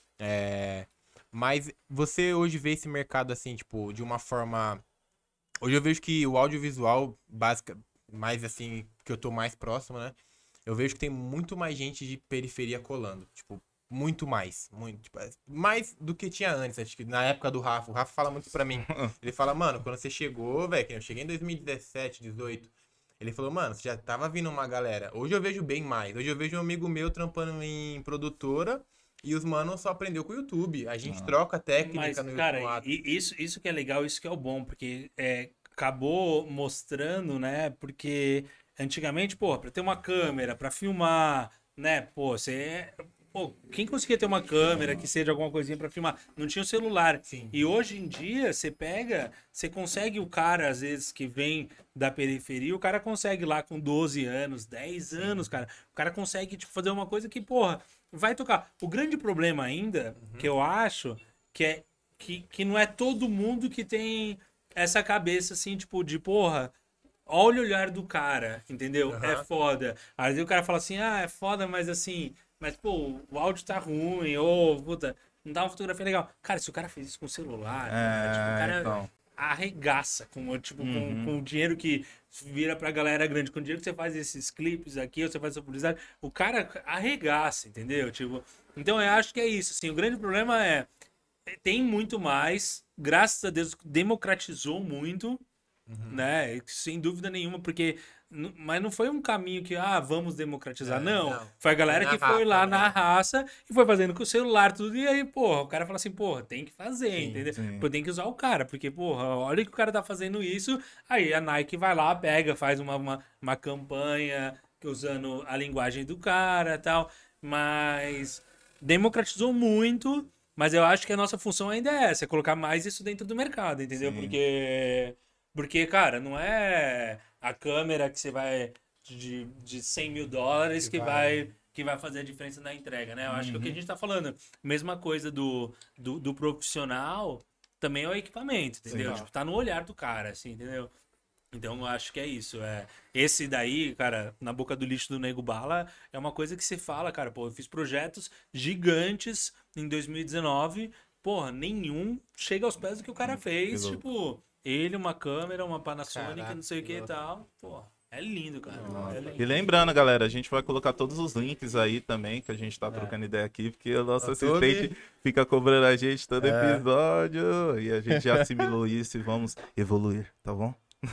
[SPEAKER 2] Mas você hoje vê esse mercado assim, tipo, de uma forma. Hoje eu vejo que o audiovisual básica, mais assim, que eu tô mais próximo, né? Eu vejo que tem muito mais gente de periferia colando. Tipo, muito mais. Muito, tipo, mais do que tinha antes. Acho que na época do Rafa. O Rafa fala muito pra mim. Ele fala, mano, quando você chegou, velho, que eu cheguei em 2017, 18. Ele falou, mano, você já tava vindo uma galera. Hoje eu vejo bem mais. Hoje eu vejo um amigo meu trampando em produtora e os manos só aprendeu com o YouTube. A gente troca técnica
[SPEAKER 3] Mas,
[SPEAKER 2] no
[SPEAKER 3] cara,
[SPEAKER 2] YouTube.
[SPEAKER 3] isso que é legal, isso que é o bom, porque acabou mostrando, né? Porque antigamente, pô, pra ter uma câmera, pra filmar, né? Pô, Pô, quem conseguia ter uma câmera que seja alguma coisinha pra filmar? Não tinha o celular.
[SPEAKER 2] Sim.
[SPEAKER 3] E hoje em dia, você consegue o cara, às vezes, que vem da periferia, o cara consegue lá com 12 anos, 10 anos, cara. O cara consegue, tipo, fazer uma coisa que, porra, vai tocar. O grande problema ainda, que eu acho, que é que não é todo mundo que tem essa cabeça, assim, tipo, de, porra, olha o olhar do cara, entendeu? É
[SPEAKER 2] Aham.
[SPEAKER 3] foda. Aí o cara fala assim, ah, é foda, mas assim, mas pô, o áudio tá ruim, ou, puta, não dá uma fotografia legal. Cara, se o cara fez isso com o celular, cara, tipo, o cara
[SPEAKER 1] Então.
[SPEAKER 3] arregaça com, tipo,
[SPEAKER 1] Uhum.
[SPEAKER 3] com o dinheiro que vira pra galera grande, com o dinheiro que você faz esses clipes aqui, ou você faz essa publicidade, o cara arregaça, entendeu? Tipo, então eu acho que é isso, assim, o grande problema tem muito mais, graças a Deus democratizou muito, né? Sem dúvida nenhuma, porque mas não foi um caminho que vamos democratizar, não.
[SPEAKER 2] Não.
[SPEAKER 3] Foi a
[SPEAKER 2] Foi
[SPEAKER 3] galera
[SPEAKER 2] na
[SPEAKER 3] que foi
[SPEAKER 2] raça,
[SPEAKER 3] lá
[SPEAKER 2] né?
[SPEAKER 3] na raça e foi fazendo com o celular tudo e aí, porra, o cara fala assim, porra, tem que fazer,
[SPEAKER 2] Sim,
[SPEAKER 3] entendeu?
[SPEAKER 1] sim.
[SPEAKER 3] Pô, tem que usar o cara, porque, porra, olha que o cara tá fazendo isso, aí a Nike vai lá, pega, faz uma campanha usando a linguagem do cara e tal, mas democratizou muito. Mas eu acho que a nossa função ainda é essa, é colocar mais isso dentro do mercado, entendeu?
[SPEAKER 1] Sim.
[SPEAKER 3] Porque, cara, não é a câmera que você vai de 100 mil dólares que vai fazer a diferença na entrega, né? Eu acho que é o que a gente tá falando. Mesma coisa do profissional, também é o equipamento, entendeu?
[SPEAKER 1] Sim.
[SPEAKER 3] Tipo, tá no olhar do cara, assim, entendeu? Então eu acho que é isso. Esse daí, cara, na boca do lixo do Nego Bala, é uma coisa que você fala, cara, pô, eu fiz projetos gigantes em 2019, porra, nenhum chega aos pés do que o cara fez.
[SPEAKER 1] louco.
[SPEAKER 3] Tipo, ele, uma câmera, uma Panasonic,
[SPEAKER 2] Caraca,
[SPEAKER 3] não sei o
[SPEAKER 2] que
[SPEAKER 3] que e
[SPEAKER 2] louco.
[SPEAKER 3] tal. Pô, é lindo, cara. É lindo.
[SPEAKER 1] E lembrando, galera, a gente vai colocar todos os links aí também, que a gente tá trocando ideia aqui, porque o nosso
[SPEAKER 2] YouTube.
[SPEAKER 1] assistente fica cobrando a gente todo episódio. E a gente já assimilou isso e vamos evoluir, tá bom?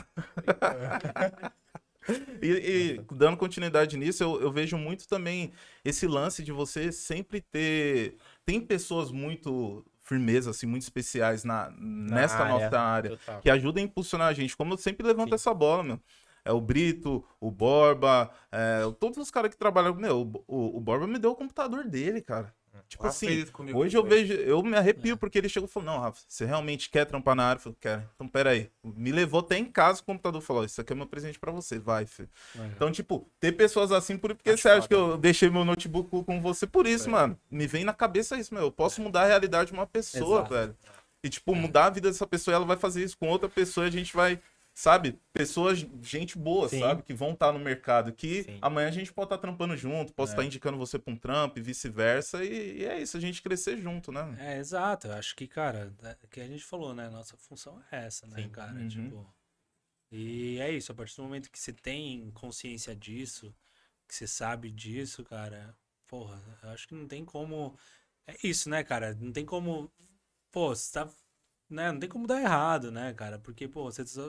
[SPEAKER 1] E dando continuidade nisso, eu vejo muito também esse lance de você sempre ter. Tem pessoas muito firmezas, assim, muito especiais nesta nossa área,
[SPEAKER 2] Total.
[SPEAKER 1] que ajudam a impulsionar a gente. Como eu sempre levanto
[SPEAKER 2] Sim.
[SPEAKER 1] essa bola, meu. É o Brito, o Borba, todos os caras que trabalham. Meu, o Borba me deu o computador dele, cara. Tipo
[SPEAKER 2] Rafa
[SPEAKER 1] assim,
[SPEAKER 2] fez isso comigo
[SPEAKER 1] hoje eu
[SPEAKER 2] também.
[SPEAKER 1] vejo, eu me arrepio porque ele chegou e falou: Não, Rafa, você realmente quer trampar na área? Eu falei: Quero. Então, peraí. Me levou até em casa o computador e falou: Isso aqui é meu presente pra você, vai, filho. Então, tipo, ter pessoas assim, porque
[SPEAKER 2] Acho
[SPEAKER 1] você acha que
[SPEAKER 2] foda.
[SPEAKER 1] eu deixei meu notebook com você por isso,
[SPEAKER 2] É.
[SPEAKER 1] mano. Me vem na cabeça isso, meu. Eu posso mudar a realidade de uma pessoa,
[SPEAKER 3] Exato.
[SPEAKER 1] velho. E, tipo, mudar a vida dessa pessoa e ela vai fazer isso com outra pessoa e a gente vai. Sabe, pessoas, gente boa,
[SPEAKER 2] Sim.
[SPEAKER 1] sabe, que vão estar no mercado, que
[SPEAKER 2] Sim.
[SPEAKER 1] amanhã a gente pode estar trampando junto, posso estar indicando você para um trampo e vice-versa, e é isso, a gente crescer junto, né?
[SPEAKER 3] É, exato. Eu acho que, cara, que a gente falou, né? Nossa função é essa, né,
[SPEAKER 2] Sim.
[SPEAKER 3] cara?
[SPEAKER 1] Uhum.
[SPEAKER 3] Tipo. E é isso, a partir do momento que você tem consciência disso, que você sabe disso, cara, porra, eu acho que não tem como. É isso, né, cara? Não tem como. Pô, você tá. Né? Não tem como dar errado, né, cara? Porque, pô,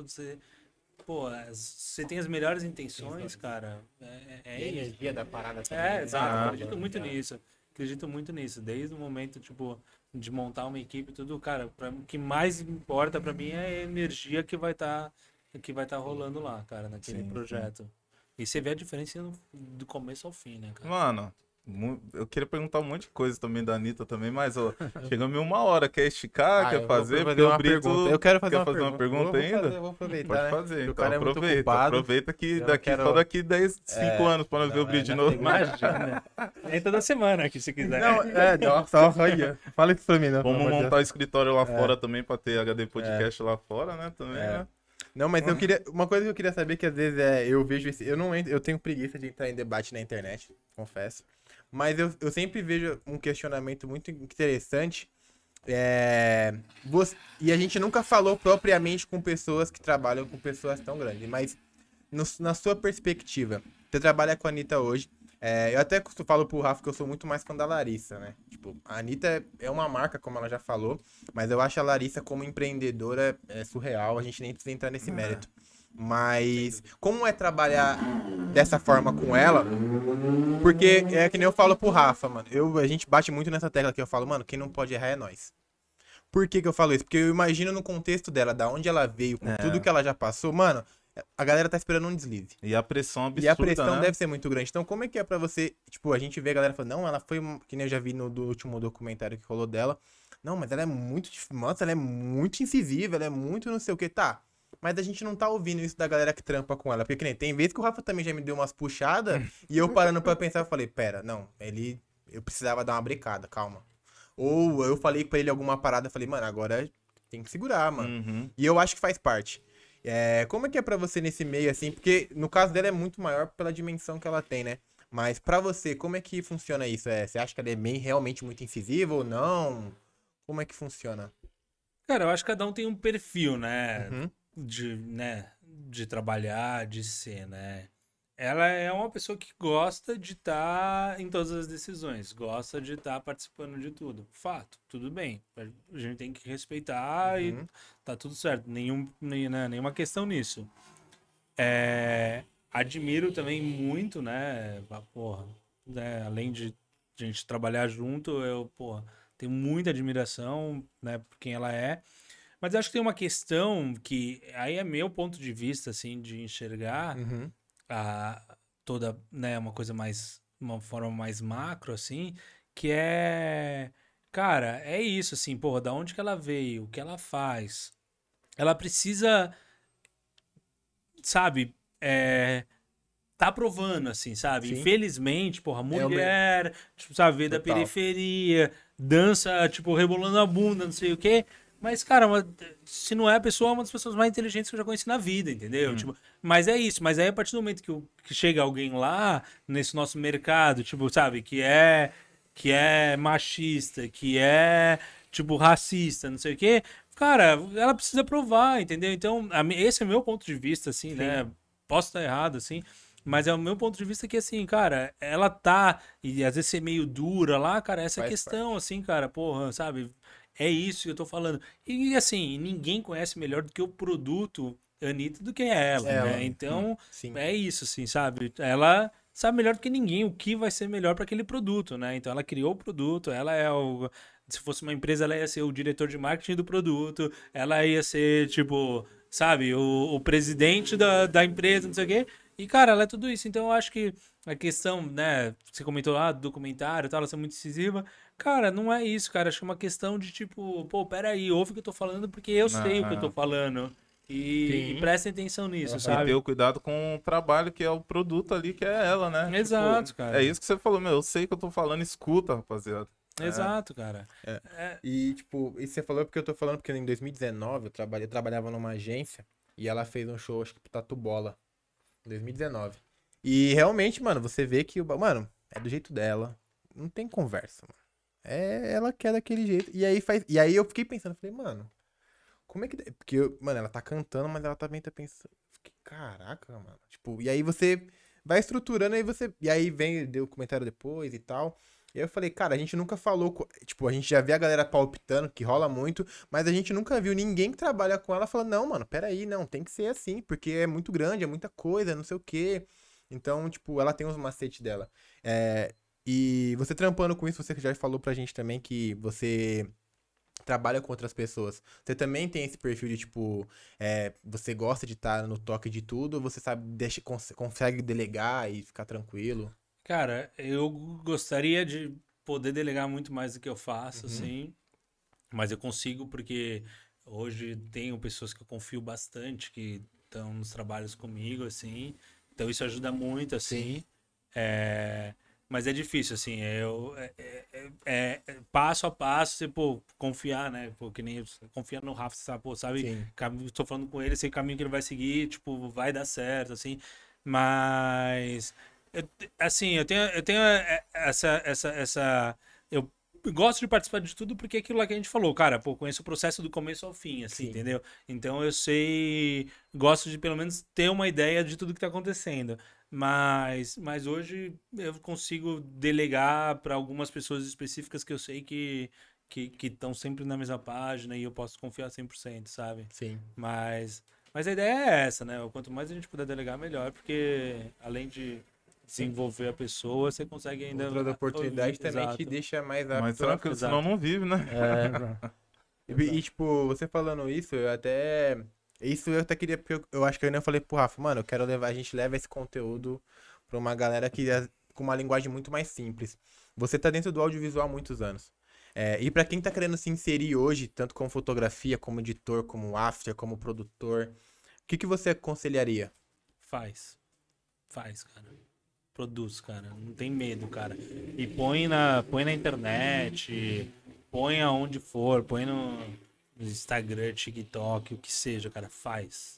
[SPEAKER 3] você tem as melhores intenções, cara.
[SPEAKER 2] E a
[SPEAKER 3] isso.
[SPEAKER 2] energia da parada também.
[SPEAKER 3] É,
[SPEAKER 2] né?
[SPEAKER 3] exato, eu
[SPEAKER 1] Ah.
[SPEAKER 3] acredito muito nisso. acredito muito nisso. Desde o momento, tipo, de montar uma equipe, tudo, cara, o que mais importa pra mim é a energia que vai tá rolando lá, cara, naquele
[SPEAKER 1] Sim,
[SPEAKER 3] projeto. E você vê a diferença do começo ao fim, né, cara?
[SPEAKER 1] Mano, eu queria perguntar um monte de coisa também da Anitta também, mas ó, chegamos em 1 hora. Quer esticar? Quer
[SPEAKER 2] eu
[SPEAKER 1] fazer?
[SPEAKER 2] vou
[SPEAKER 1] Porque o
[SPEAKER 2] uma
[SPEAKER 1] Brito
[SPEAKER 2] pergunta. Eu quero fazer
[SPEAKER 1] quer fazer uma pergunta ainda?
[SPEAKER 2] Vou aproveitar,
[SPEAKER 1] Pode
[SPEAKER 2] né?
[SPEAKER 1] fazer,
[SPEAKER 2] O
[SPEAKER 1] então
[SPEAKER 2] cara é muito
[SPEAKER 1] aproveita.
[SPEAKER 2] ocupado.
[SPEAKER 1] Aproveita que
[SPEAKER 2] Eu não
[SPEAKER 1] daqui,
[SPEAKER 2] quero-
[SPEAKER 1] só daqui 10, 5 anos pra nós ver o Brito de novo.
[SPEAKER 3] Imagina. Nem toda semana aqui, se quiser.
[SPEAKER 2] Não, nossa, olha. Fala isso pra mim, não.
[SPEAKER 1] Vamos
[SPEAKER 2] pelo amor de
[SPEAKER 1] montar o escritório lá
[SPEAKER 2] É.
[SPEAKER 1] fora também pra ter HD Podcast lá fora, né? Também,
[SPEAKER 2] É.
[SPEAKER 1] né?
[SPEAKER 2] Não, mas eu queria. Uma coisa que eu queria saber que às vezes eu vejo esse. Eu tenho preguiça de entrar em debate na internet, confesso. Mas eu sempre vejo um questionamento muito interessante. E a gente nunca falou propriamente com pessoas que trabalham com pessoas tão grandes. Mas na sua perspectiva, você trabalha com a Anitta hoje. Eu até falo pro Rafa que eu sou muito mais fã da Larissa, né? Tipo, a Anitta é uma marca, como ela já falou, mas eu acho a Larissa como empreendedora surreal, a gente nem precisa entrar nesse mérito. Mas como é trabalhar dessa forma com ela? Porque é que nem eu falo pro Rafa, mano. A gente bate muito nessa tecla que eu falo, mano, quem não pode errar é nós. Por que eu falo isso? Porque eu imagino no contexto dela, da onde ela veio, com tudo que ela já passou, mano, a galera tá esperando um deslize.
[SPEAKER 1] E a pressão absurda,
[SPEAKER 2] E a pressão
[SPEAKER 1] né?
[SPEAKER 2] deve ser muito grande. Então, como é que é pra você... Tipo, a gente vê a galera falando, não, ela foi... Que nem eu já vi no último documentário que rolou dela. Não, mas ela é muito... Nossa, ela é muito incisiva, ela é muito não sei o que. Tá, mas a gente não tá ouvindo isso da galera que trampa com ela. Porque que nem tem vezes que o Rafa também já me deu umas puxadas. E eu parando pra pensar, eu falei, pera, não, eu precisava dar uma brecada, calma. Ou eu falei pra ele alguma parada, eu falei, mano, agora tem que segurar, mano.
[SPEAKER 1] Uhum.
[SPEAKER 2] E eu acho que faz parte. Como é que é pra você nesse meio, assim? Porque no caso dela é muito maior pela dimensão que ela tem, né? Mas pra você, como é que funciona isso? Você acha que ela é realmente muito incisiva ou não? Como é que funciona?
[SPEAKER 3] Cara, eu acho que cada um tem um perfil, né?
[SPEAKER 2] Uhum.
[SPEAKER 3] De trabalhar, de ser, né? Ela é uma pessoa que gosta de estar em todas as decisões, gosta de estar participando de tudo. Fato, tudo bem. A gente tem que respeitar e tá tudo certo. Nenhuma questão nisso. Admiro também muito, né? Porra, né? Além de a gente trabalhar junto, eu, porra, tenho muita admiração, né, por quem ela é. Mas eu acho que tem uma questão que aí é meu ponto de vista, assim, de enxergar
[SPEAKER 2] Uhum.
[SPEAKER 3] toda, né, uma forma mais macro, assim, que cara, é isso, assim, porra, da onde que ela veio, o que ela faz. Ela precisa, sabe, tá provando, assim, sabe?
[SPEAKER 2] Sim.
[SPEAKER 3] Infelizmente, porra,
[SPEAKER 2] o
[SPEAKER 3] mulher, tipo, sabe, veio da
[SPEAKER 2] Total.
[SPEAKER 3] periferia, dança, tipo, rebolando a bunda, não sei o quê. Mas, cara, se não é a pessoa, é uma das pessoas mais inteligentes que eu já conheci na vida, entendeu? Tipo, mas é isso. Mas aí, a partir do momento que chega alguém lá, nesse nosso mercado, tipo, sabe, que é machista, que é, tipo, racista, não sei o quê, cara, ela precisa provar, entendeu? Então, esse é o meu ponto de vista, assim, né? Posso estar errado, assim, mas é o meu ponto de vista que, assim, cara, ela tá, e às vezes ser meio dura lá, cara, essa é a
[SPEAKER 2] Faz
[SPEAKER 3] questão, assim, cara, porra, sabe? É isso que eu tô falando. E, assim, ninguém conhece melhor do que o produto Anitta do que ela, né? Então,
[SPEAKER 2] Sim.
[SPEAKER 3] é isso, assim, sabe? Ela sabe melhor do que ninguém o que vai ser melhor para aquele produto, né? Então, ela criou o produto, ela é o... Se fosse uma empresa, ela ia ser o diretor de marketing do produto, ela ia ser, tipo, sabe, o presidente da empresa, não sei o quê. E, cara, ela é tudo isso. Então, eu acho que a questão, né, você comentou lá do documentário e tal, ela ser muito decisiva. Cara, não é isso, cara. Acho que é uma questão de, tipo, pô, peraí, ouve o que eu tô falando, porque eu sei o que eu tô falando. E prestem atenção nisso,
[SPEAKER 1] E
[SPEAKER 3] sabe?
[SPEAKER 1] ter o cuidado com o trabalho, que é o produto ali, que é ela, né?
[SPEAKER 3] Exato,
[SPEAKER 1] Tipo,
[SPEAKER 3] cara.
[SPEAKER 1] É isso que você falou, meu. Eu sei que eu tô falando, escuta, rapaziada.
[SPEAKER 3] Exato, cara.
[SPEAKER 2] E, tipo, isso você falou porque eu tô falando, porque em 2019 eu trabalhava numa agência e ela fez um show, acho que pro Tatu Bola, em 2019. E realmente, mano, você vê que, mano, é do jeito dela, não tem conversa, mano. Ela quer daquele jeito. E aí eu fiquei pensando, falei, mano, como é que... Porque, mano, ela tá cantando, mas ela também tá pensando, fiquei, caraca, mano. Tipo, e aí você vai estruturando, e aí deu o comentário depois e tal. E aí eu falei, cara, a gente nunca falou, tipo, a gente já vê a galera palpitando, que rola muito, mas a gente nunca viu ninguém que trabalha com ela falando, não, mano, peraí, não, tem que ser assim, porque é muito grande, é muita coisa, não sei o quê. Então, tipo, ela tem uns macetes dela. E você trampando com isso, você já falou pra gente também que você trabalha com outras pessoas. Você também tem esse perfil de, tipo, você gosta de estar no toque de tudo, ou você sabe, consegue delegar e ficar tranquilo?
[SPEAKER 3] Cara, eu gostaria de poder delegar muito mais do que eu faço,
[SPEAKER 2] Uhum.
[SPEAKER 3] assim, mas eu consigo porque hoje tenho pessoas que eu confio bastante, que estão nos trabalhos comigo, assim, então isso ajuda muito, assim. É, mas é difícil, assim, passo a passo, você, pô, confiar, né? Pô, que nem confiar no Rafa, sabe, pô, sabe,
[SPEAKER 2] Sim.
[SPEAKER 3] tô falando com ele, sei o caminho que ele vai seguir, tipo, vai dar certo, assim, mas, assim, eu tenho eu gosto de participar de tudo porque é aquilo lá que a gente falou, cara, pô, conheço o processo do começo ao fim, assim,
[SPEAKER 2] Sim.
[SPEAKER 3] entendeu? Então eu sei, gosto de pelo menos ter uma ideia de tudo que tá acontecendo. Mas hoje eu consigo delegar para algumas pessoas específicas que eu sei que estão sempre na mesma página e eu posso confiar 100%, sabe?
[SPEAKER 2] Sim.
[SPEAKER 3] Mas a ideia é essa, né? Quanto mais a gente puder delegar, melhor, porque além de desenvolver a pessoa, você consegue ainda.
[SPEAKER 2] Outra oportunidade também
[SPEAKER 3] Exato.
[SPEAKER 2] te deixa mais apto.
[SPEAKER 1] Mas tranquilo,
[SPEAKER 3] Exato.
[SPEAKER 1] senão não vive, né?
[SPEAKER 2] E, tipo, você falando isso, eu até. Isso eu até queria, porque eu acho que eu ainda falei pro Rafa, mano, eu quero levar, a gente leva esse conteúdo pra uma galera que com uma linguagem muito mais simples. Você tá dentro do audiovisual há muitos anos. E pra quem tá querendo se inserir hoje, tanto como fotografia, como editor, como after, como produtor, o que você aconselharia?
[SPEAKER 3] Faz, cara. Produz, cara. Não tem medo, cara. E põe na internet, põe aonde for, põe no Instagram, TikTok, o que seja, cara. Faz,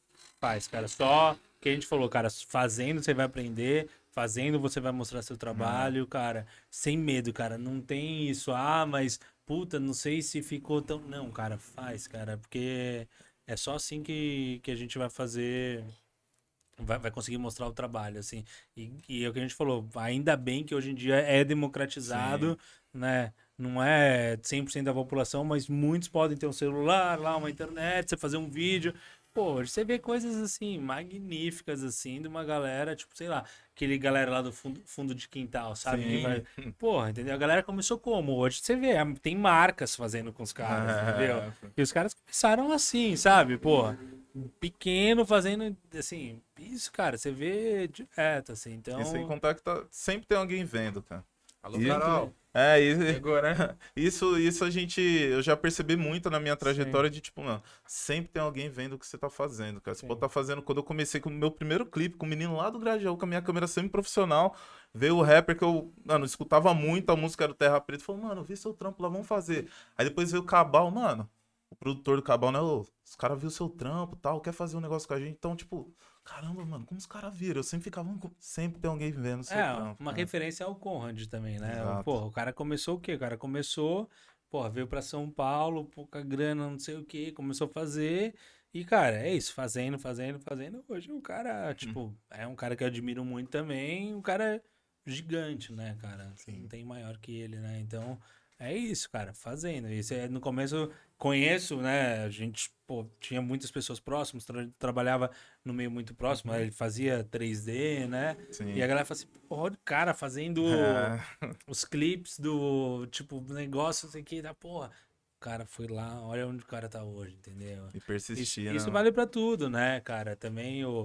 [SPEAKER 3] cara. Só que a gente falou, cara, fazendo você vai aprender, fazendo você vai mostrar seu trabalho, cara. Sem medo, cara. Não tem isso, mas, puta, não sei se ficou tão. Não, cara, faz, cara. Porque é só assim que a gente vai fazer. Vai conseguir mostrar o trabalho, assim. E é o que a gente falou, ainda bem que hoje em dia é democratizado, né? Não é 100% da população, mas muitos podem ter um celular lá, uma internet, você fazer um vídeo. Pô, hoje você vê coisas assim, magníficas, assim, de uma galera, tipo, sei lá, aquele galera lá do fundo de quintal, sabe? Que vai... Porra, entendeu? A galera começou como? Hoje você vê, tem marcas fazendo com os caras, entendeu? E os caras começaram assim, sabe? Porra, pequeno fazendo, assim, isso, cara, você vê direto, assim, então...
[SPEAKER 1] E sem contar que sempre tem alguém vendo, cara.
[SPEAKER 2] Alô, Carol.
[SPEAKER 1] Agora, isso eu já percebi muito na minha trajetória de, tipo, mano, sempre tem alguém vendo o que você tá fazendo, cara. Você pode estar fazendo, quando eu comecei com o meu primeiro clipe, com o menino lá do Grajaú, com a minha câmera semi-profissional, veio o rapper que eu, mano, escutava muito a música do Terra Preta, falou, mano, eu vi seu trampo lá, vamos fazer. Aí depois veio o Cabal, mano, o produtor do Cabal, né, os caras viram seu trampo e tal, quer fazer um negócio com a gente, então, tipo... Caramba, mano, como os caras viram? Eu sempre ficava... Sempre tem alguém vendo seu trampo.
[SPEAKER 3] Uma referência ao Conrad também, né?
[SPEAKER 1] Exato.
[SPEAKER 3] Porra, o cara começou o quê? O cara começou, porra, veio pra São Paulo, pouca grana, não sei o quê, começou a fazer. E, cara, é isso, fazendo. Hoje o cara, tipo, é um cara que eu admiro muito também, um cara gigante, né, cara?
[SPEAKER 2] Sim.
[SPEAKER 3] Não tem maior que ele, né? Então, é isso, cara, fazendo. Isso no começo, conheço, né? A gente, pô, tinha muitas pessoas próximas, trabalhava no meio muito próximo, ele fazia 3D, né?
[SPEAKER 1] Sim.
[SPEAKER 3] E a galera fala assim, pô, olha o cara fazendo os clipes do, tipo, negócio, não sei o que, da porra. O cara foi lá, olha onde o cara tá hoje, entendeu?
[SPEAKER 1] E persistia,
[SPEAKER 3] Isso
[SPEAKER 1] né?
[SPEAKER 3] vale pra tudo, né, cara? Também o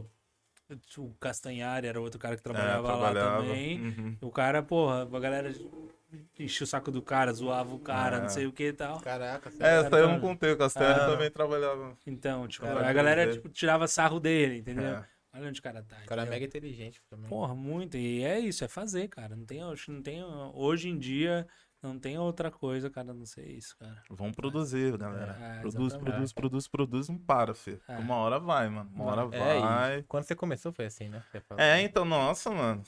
[SPEAKER 3] Castanhari era outro cara que trabalhava lá também. O cara, porra, a galera enchia o saco do cara, zoava o cara, não sei o que e tal.
[SPEAKER 2] Caraca,
[SPEAKER 1] essa aí eu não contei, o Castanhari também trabalhava.
[SPEAKER 3] Então, tipo,
[SPEAKER 1] Caraca,
[SPEAKER 3] a galera tipo, tirava sarro dele, entendeu?
[SPEAKER 1] É.
[SPEAKER 3] Olha onde o cara tá.
[SPEAKER 2] O cara é
[SPEAKER 3] entendeu?
[SPEAKER 2] mega inteligente também.
[SPEAKER 3] Porra, muito. E é isso, é fazer, cara. Não tem, hoje em dia, não tem outra coisa, cara, a não ser isso, cara.
[SPEAKER 1] Vamos produzir, galera.
[SPEAKER 3] Exatamente.
[SPEAKER 1] Produz, não para, filho. Uma hora vai, mano. Uma hora vai.
[SPEAKER 2] E quando você começou foi assim, né? Você falou.
[SPEAKER 1] Então, nossa, mano.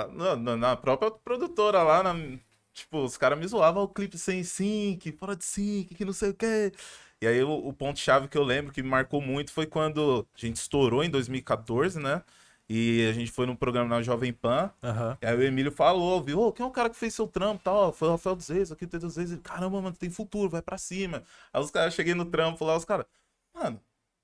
[SPEAKER 1] Na própria produtora lá, tipo, os caras me zoavam o clipe sem sync, fora de sync, que não sei o quê. E aí o ponto-chave que eu lembro que me marcou muito foi quando a gente estourou em 2014, né? E a gente foi num programa na Jovem Pan. E aí o Emílio falou, viu? Quem é o cara que fez seu trampo e tal? Foi o Rafael dos Reis, aqui tem dos Reis. Ele, caramba, mano, tem futuro, vai pra cima. Aí os caras, cheguei no trampo lá, os caras, mano,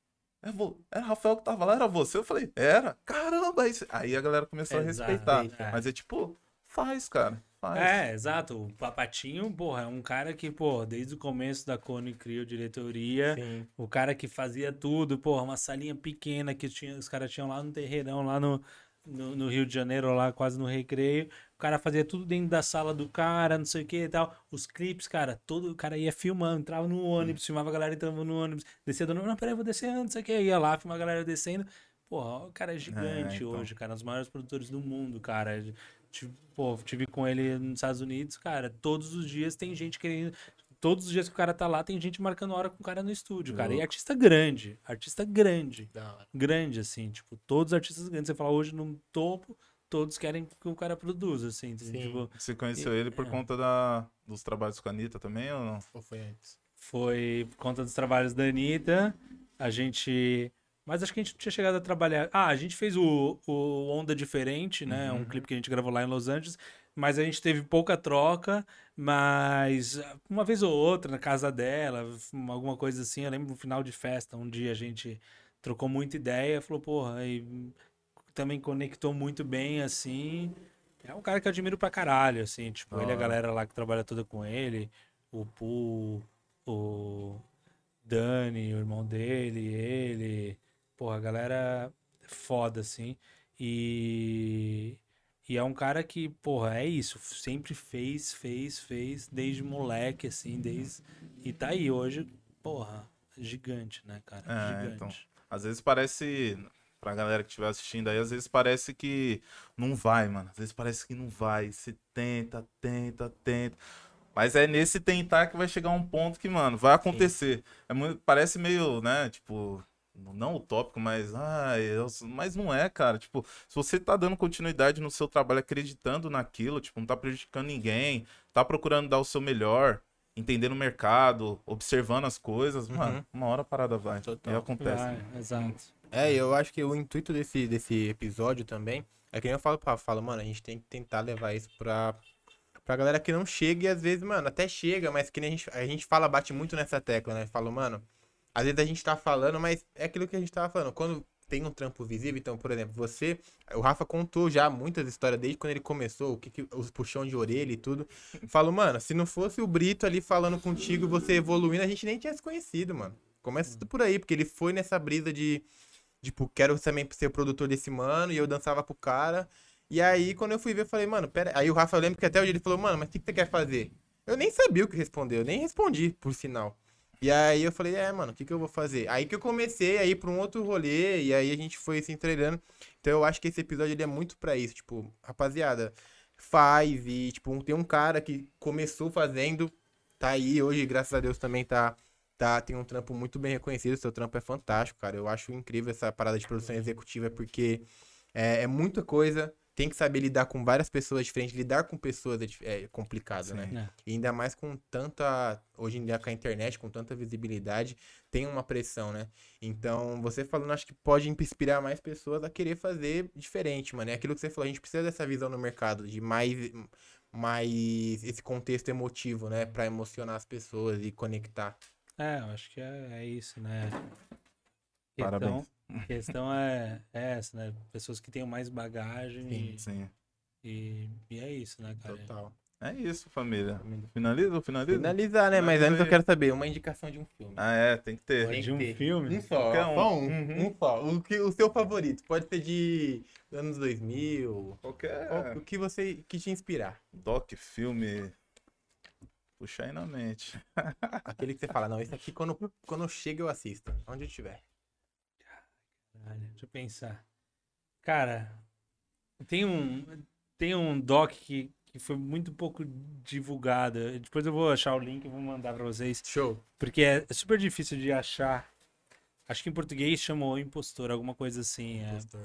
[SPEAKER 1] era Rafael que tava lá, era você? Eu falei, era? Caramba! Aí a galera começou a respeitar. Mas é tipo, faz, cara. Faz.
[SPEAKER 3] É, exato. O Papatinho, porra, é um cara que, pô, desde o começo da Cone criou diretoria,
[SPEAKER 2] Sim.
[SPEAKER 3] o cara que fazia tudo, porra, uma salinha pequena que os caras tinham lá no Terreirão, lá no Rio de Janeiro, lá quase no Recreio. O cara fazia tudo dentro da sala do cara, não sei o que e tal. Os clipes, cara, todo o cara ia filmando, entrava no ônibus, filmava a galera entrando no ônibus, descia do ônibus, não, peraí, eu vou descer antes, não sei o que, ia lá, filmava a galera descendo. Porra, o cara é gigante
[SPEAKER 1] então.
[SPEAKER 3] hoje, cara, um dos maiores produtores do mundo, cara. Tive com ele nos Estados Unidos, cara, todos os dias tem gente querendo. Todos os dias que o cara tá lá, tem gente marcando hora com o cara no estúdio, cara. E artista grande.
[SPEAKER 2] Da hora.
[SPEAKER 3] Grande, assim, tipo, todos os artistas grandes. Você fala hoje no topo, todos querem que o cara produza, assim.
[SPEAKER 2] Sim.
[SPEAKER 3] Tipo,
[SPEAKER 1] Você conheceu ele por conta dos trabalhos com a Anitta também ou não?
[SPEAKER 2] Ou foi antes?
[SPEAKER 3] foi por conta dos trabalhos da Anitta. A gente. Mas acho que a gente não tinha chegado a trabalhar. Ah, a gente fez o Onda Diferente, né? Um clipe que a gente gravou lá em Los Angeles. Mas a gente teve pouca troca. Mas uma vez ou outra na casa dela, alguma coisa assim. Eu lembro no final de festa, um dia a gente trocou muita ideia. Falou, porra, aí também conectou muito bem, assim. É um cara que eu admiro pra caralho, assim. Tipo, ele e a galera lá que trabalha toda com ele. O Poo, o Dani, o irmão dele, ele. Porra, a galera é foda, assim. E é um cara que, porra, é isso. Sempre fez, desde moleque, assim, desde. E tá aí hoje, porra, gigante, né, cara? Gigante.
[SPEAKER 1] Então, às vezes parece, pra galera que estiver assistindo aí, às vezes parece que não vai, mano. Às vezes parece que não vai. Você tenta. Mas é nesse tentar que vai chegar um ponto que, mano, vai acontecer. Parece meio, né, tipo, não utópico, mas não é, cara. Tipo, se você tá dando continuidade no seu trabalho, acreditando naquilo, tipo, não tá prejudicando ninguém, tá procurando dar o seu melhor, entendendo o mercado, observando as coisas, mano, uma hora a parada vai.
[SPEAKER 2] Total.
[SPEAKER 1] E acontece.
[SPEAKER 3] Vai, exato.
[SPEAKER 2] Eu acho que o intuito desse episódio também é que nem eu falo, mano, a gente tem que tentar levar isso pra galera que não chega e às vezes, mano, até chega, mas que nem a gente fala, bate muito nessa tecla, né? Fala, mano, às vezes a gente tá falando, mas é aquilo que a gente tava falando. Quando tem um trampo visível, então, por exemplo, o Rafa contou já muitas histórias desde quando ele começou, os puxão de orelha e tudo. Falo, mano, se não fosse o Brito ali falando contigo, você evoluindo, a gente nem tinha se conhecido, mano. Começa tudo por aí, porque ele foi nessa brisa de, tipo, quero também ser produtor desse mano, e eu dançava pro cara. E aí, quando eu fui ver, eu falei, mano, pera. Aí o Rafa, eu lembro que até hoje ele falou, mano, mas o que você quer fazer? Eu nem sabia o que responder, eu nem respondi, por sinal. E aí eu falei, mano, o que eu vou fazer? Aí que eu comecei a ir pra um outro rolê, e aí a gente foi se entregando. Então eu acho que esse episódio ele é muito pra isso, tipo, rapaziada, faz e, tipo, tem um cara que começou fazendo, tá aí hoje, graças a Deus também tem um trampo muito bem reconhecido, seu trampo é fantástico, cara. Eu acho incrível essa parada de produção executiva, porque é muita coisa. Tem que saber lidar com várias pessoas diferentes. Lidar com pessoas é complicado, né?
[SPEAKER 3] É.
[SPEAKER 2] E ainda mais com tanta... Hoje em dia, com a internet, com tanta visibilidade, tem uma pressão, né? Então, você falando, acho que pode inspirar mais pessoas a querer fazer diferente, mano. É aquilo que você falou, a gente precisa dessa visão no mercado, de mais esse contexto emotivo, né? Pra emocionar as pessoas e conectar.
[SPEAKER 3] Eu acho que é isso, né?
[SPEAKER 1] Parabéns.
[SPEAKER 3] A questão é essa, né? Pessoas que tenham mais bagagem
[SPEAKER 1] Sim.
[SPEAKER 3] e é isso, né, cara?
[SPEAKER 2] Total.
[SPEAKER 1] É isso, família. Finaliza?
[SPEAKER 2] Finalizar, né? Mas antes eu quero saber uma indicação de um filme.
[SPEAKER 1] Tem que ter.
[SPEAKER 3] De um filme?
[SPEAKER 2] Um só.
[SPEAKER 1] Qualquer um.
[SPEAKER 2] Só um só. O seu favorito. Pode ser de anos 2000.
[SPEAKER 1] Qualquer
[SPEAKER 2] O que te inspirar.
[SPEAKER 1] doc, filme. Puxa aí na mente.
[SPEAKER 2] Aquele que você fala, não, esse aqui quando chega eu assisto. Onde eu estiver.
[SPEAKER 3] Caralho, deixa eu pensar. Cara, tem um doc que foi muito pouco divulgado. Depois eu vou achar o link e vou mandar pra vocês.
[SPEAKER 2] Show.
[SPEAKER 3] Porque é super difícil de achar. Acho que em português chamou Impostor, alguma coisa assim.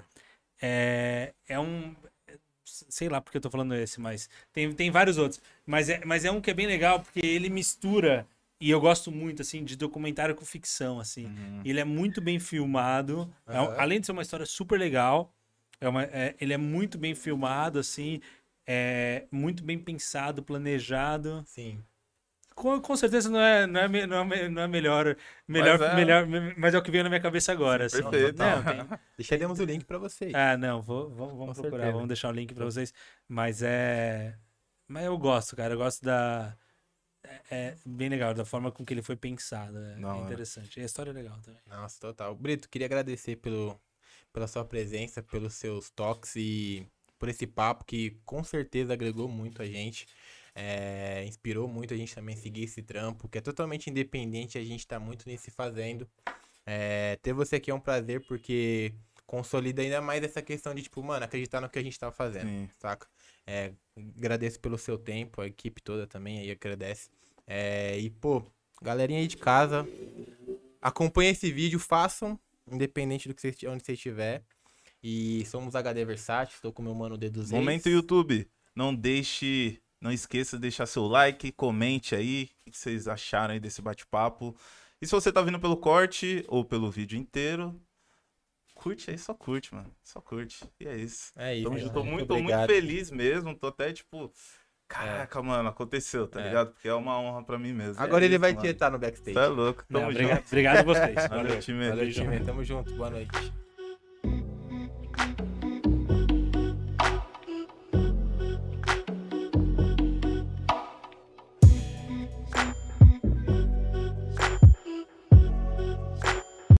[SPEAKER 3] É um... Sei lá porque eu tô falando esse, mas tem vários outros. Mas é um que é bem legal porque ele mistura... E eu gosto muito, assim, de documentário com ficção, assim. Ele é muito bem filmado. Além de ser uma história super legal, ele é muito bem filmado, assim. Muito bem pensado, planejado.
[SPEAKER 2] Sim.
[SPEAKER 3] Com certeza não é melhor, mas é o que veio na minha cabeça agora.
[SPEAKER 1] Sim,
[SPEAKER 3] assim.
[SPEAKER 1] perfeito.
[SPEAKER 3] Não,
[SPEAKER 2] Deixaremos o link pra vocês.
[SPEAKER 3] não, vamos procurar,
[SPEAKER 2] certeza.
[SPEAKER 3] vamos deixar o link pra vocês. Mas eu gosto, cara, eu gosto é bem legal, da forma com que ele foi pensado.
[SPEAKER 1] Não,
[SPEAKER 3] É interessante. E a história é legal também.
[SPEAKER 2] Nossa, total. Brito, queria agradecer pela sua presença, pelos seus toques e por esse papo que com certeza agregou muito a gente. Inspirou muito a gente também a seguir esse trampo, que é totalmente independente, a gente tá muito nisso fazendo. Ter você aqui é um prazer, porque consolida ainda mais essa questão de, tipo, mano, acreditar no que a gente tá fazendo,
[SPEAKER 1] Sim.
[SPEAKER 2] saca? Agradeço pelo seu tempo, a equipe toda também aí agradece. E, pô, galerinha aí de casa, acompanhem esse vídeo, façam, independente do que onde você estiver. E somos HD Versátil, estou com meu mano D200.
[SPEAKER 1] Momento YouTube. Não esqueça de deixar seu like, comente aí o que vocês acharam aí desse bate-papo. E se você tá vindo pelo corte ou pelo vídeo inteiro, curte aí, só curte, mano. Só curte. E é isso.
[SPEAKER 2] É isso.
[SPEAKER 1] Tamo junto. Tô muito
[SPEAKER 2] obrigado.
[SPEAKER 1] feliz mesmo. Tô até tipo, caraca, mano, aconteceu, tá ligado? Porque é uma honra pra mim mesmo.
[SPEAKER 2] Agora
[SPEAKER 1] É
[SPEAKER 2] ele
[SPEAKER 1] isso,
[SPEAKER 2] vai
[SPEAKER 1] mano.
[SPEAKER 2] tietar no backstage.
[SPEAKER 1] Tá louco. Tamo junto.
[SPEAKER 3] Obrigado a vocês.
[SPEAKER 1] Valeu, time.
[SPEAKER 2] Valeu, time. Tamo junto. Boa noite.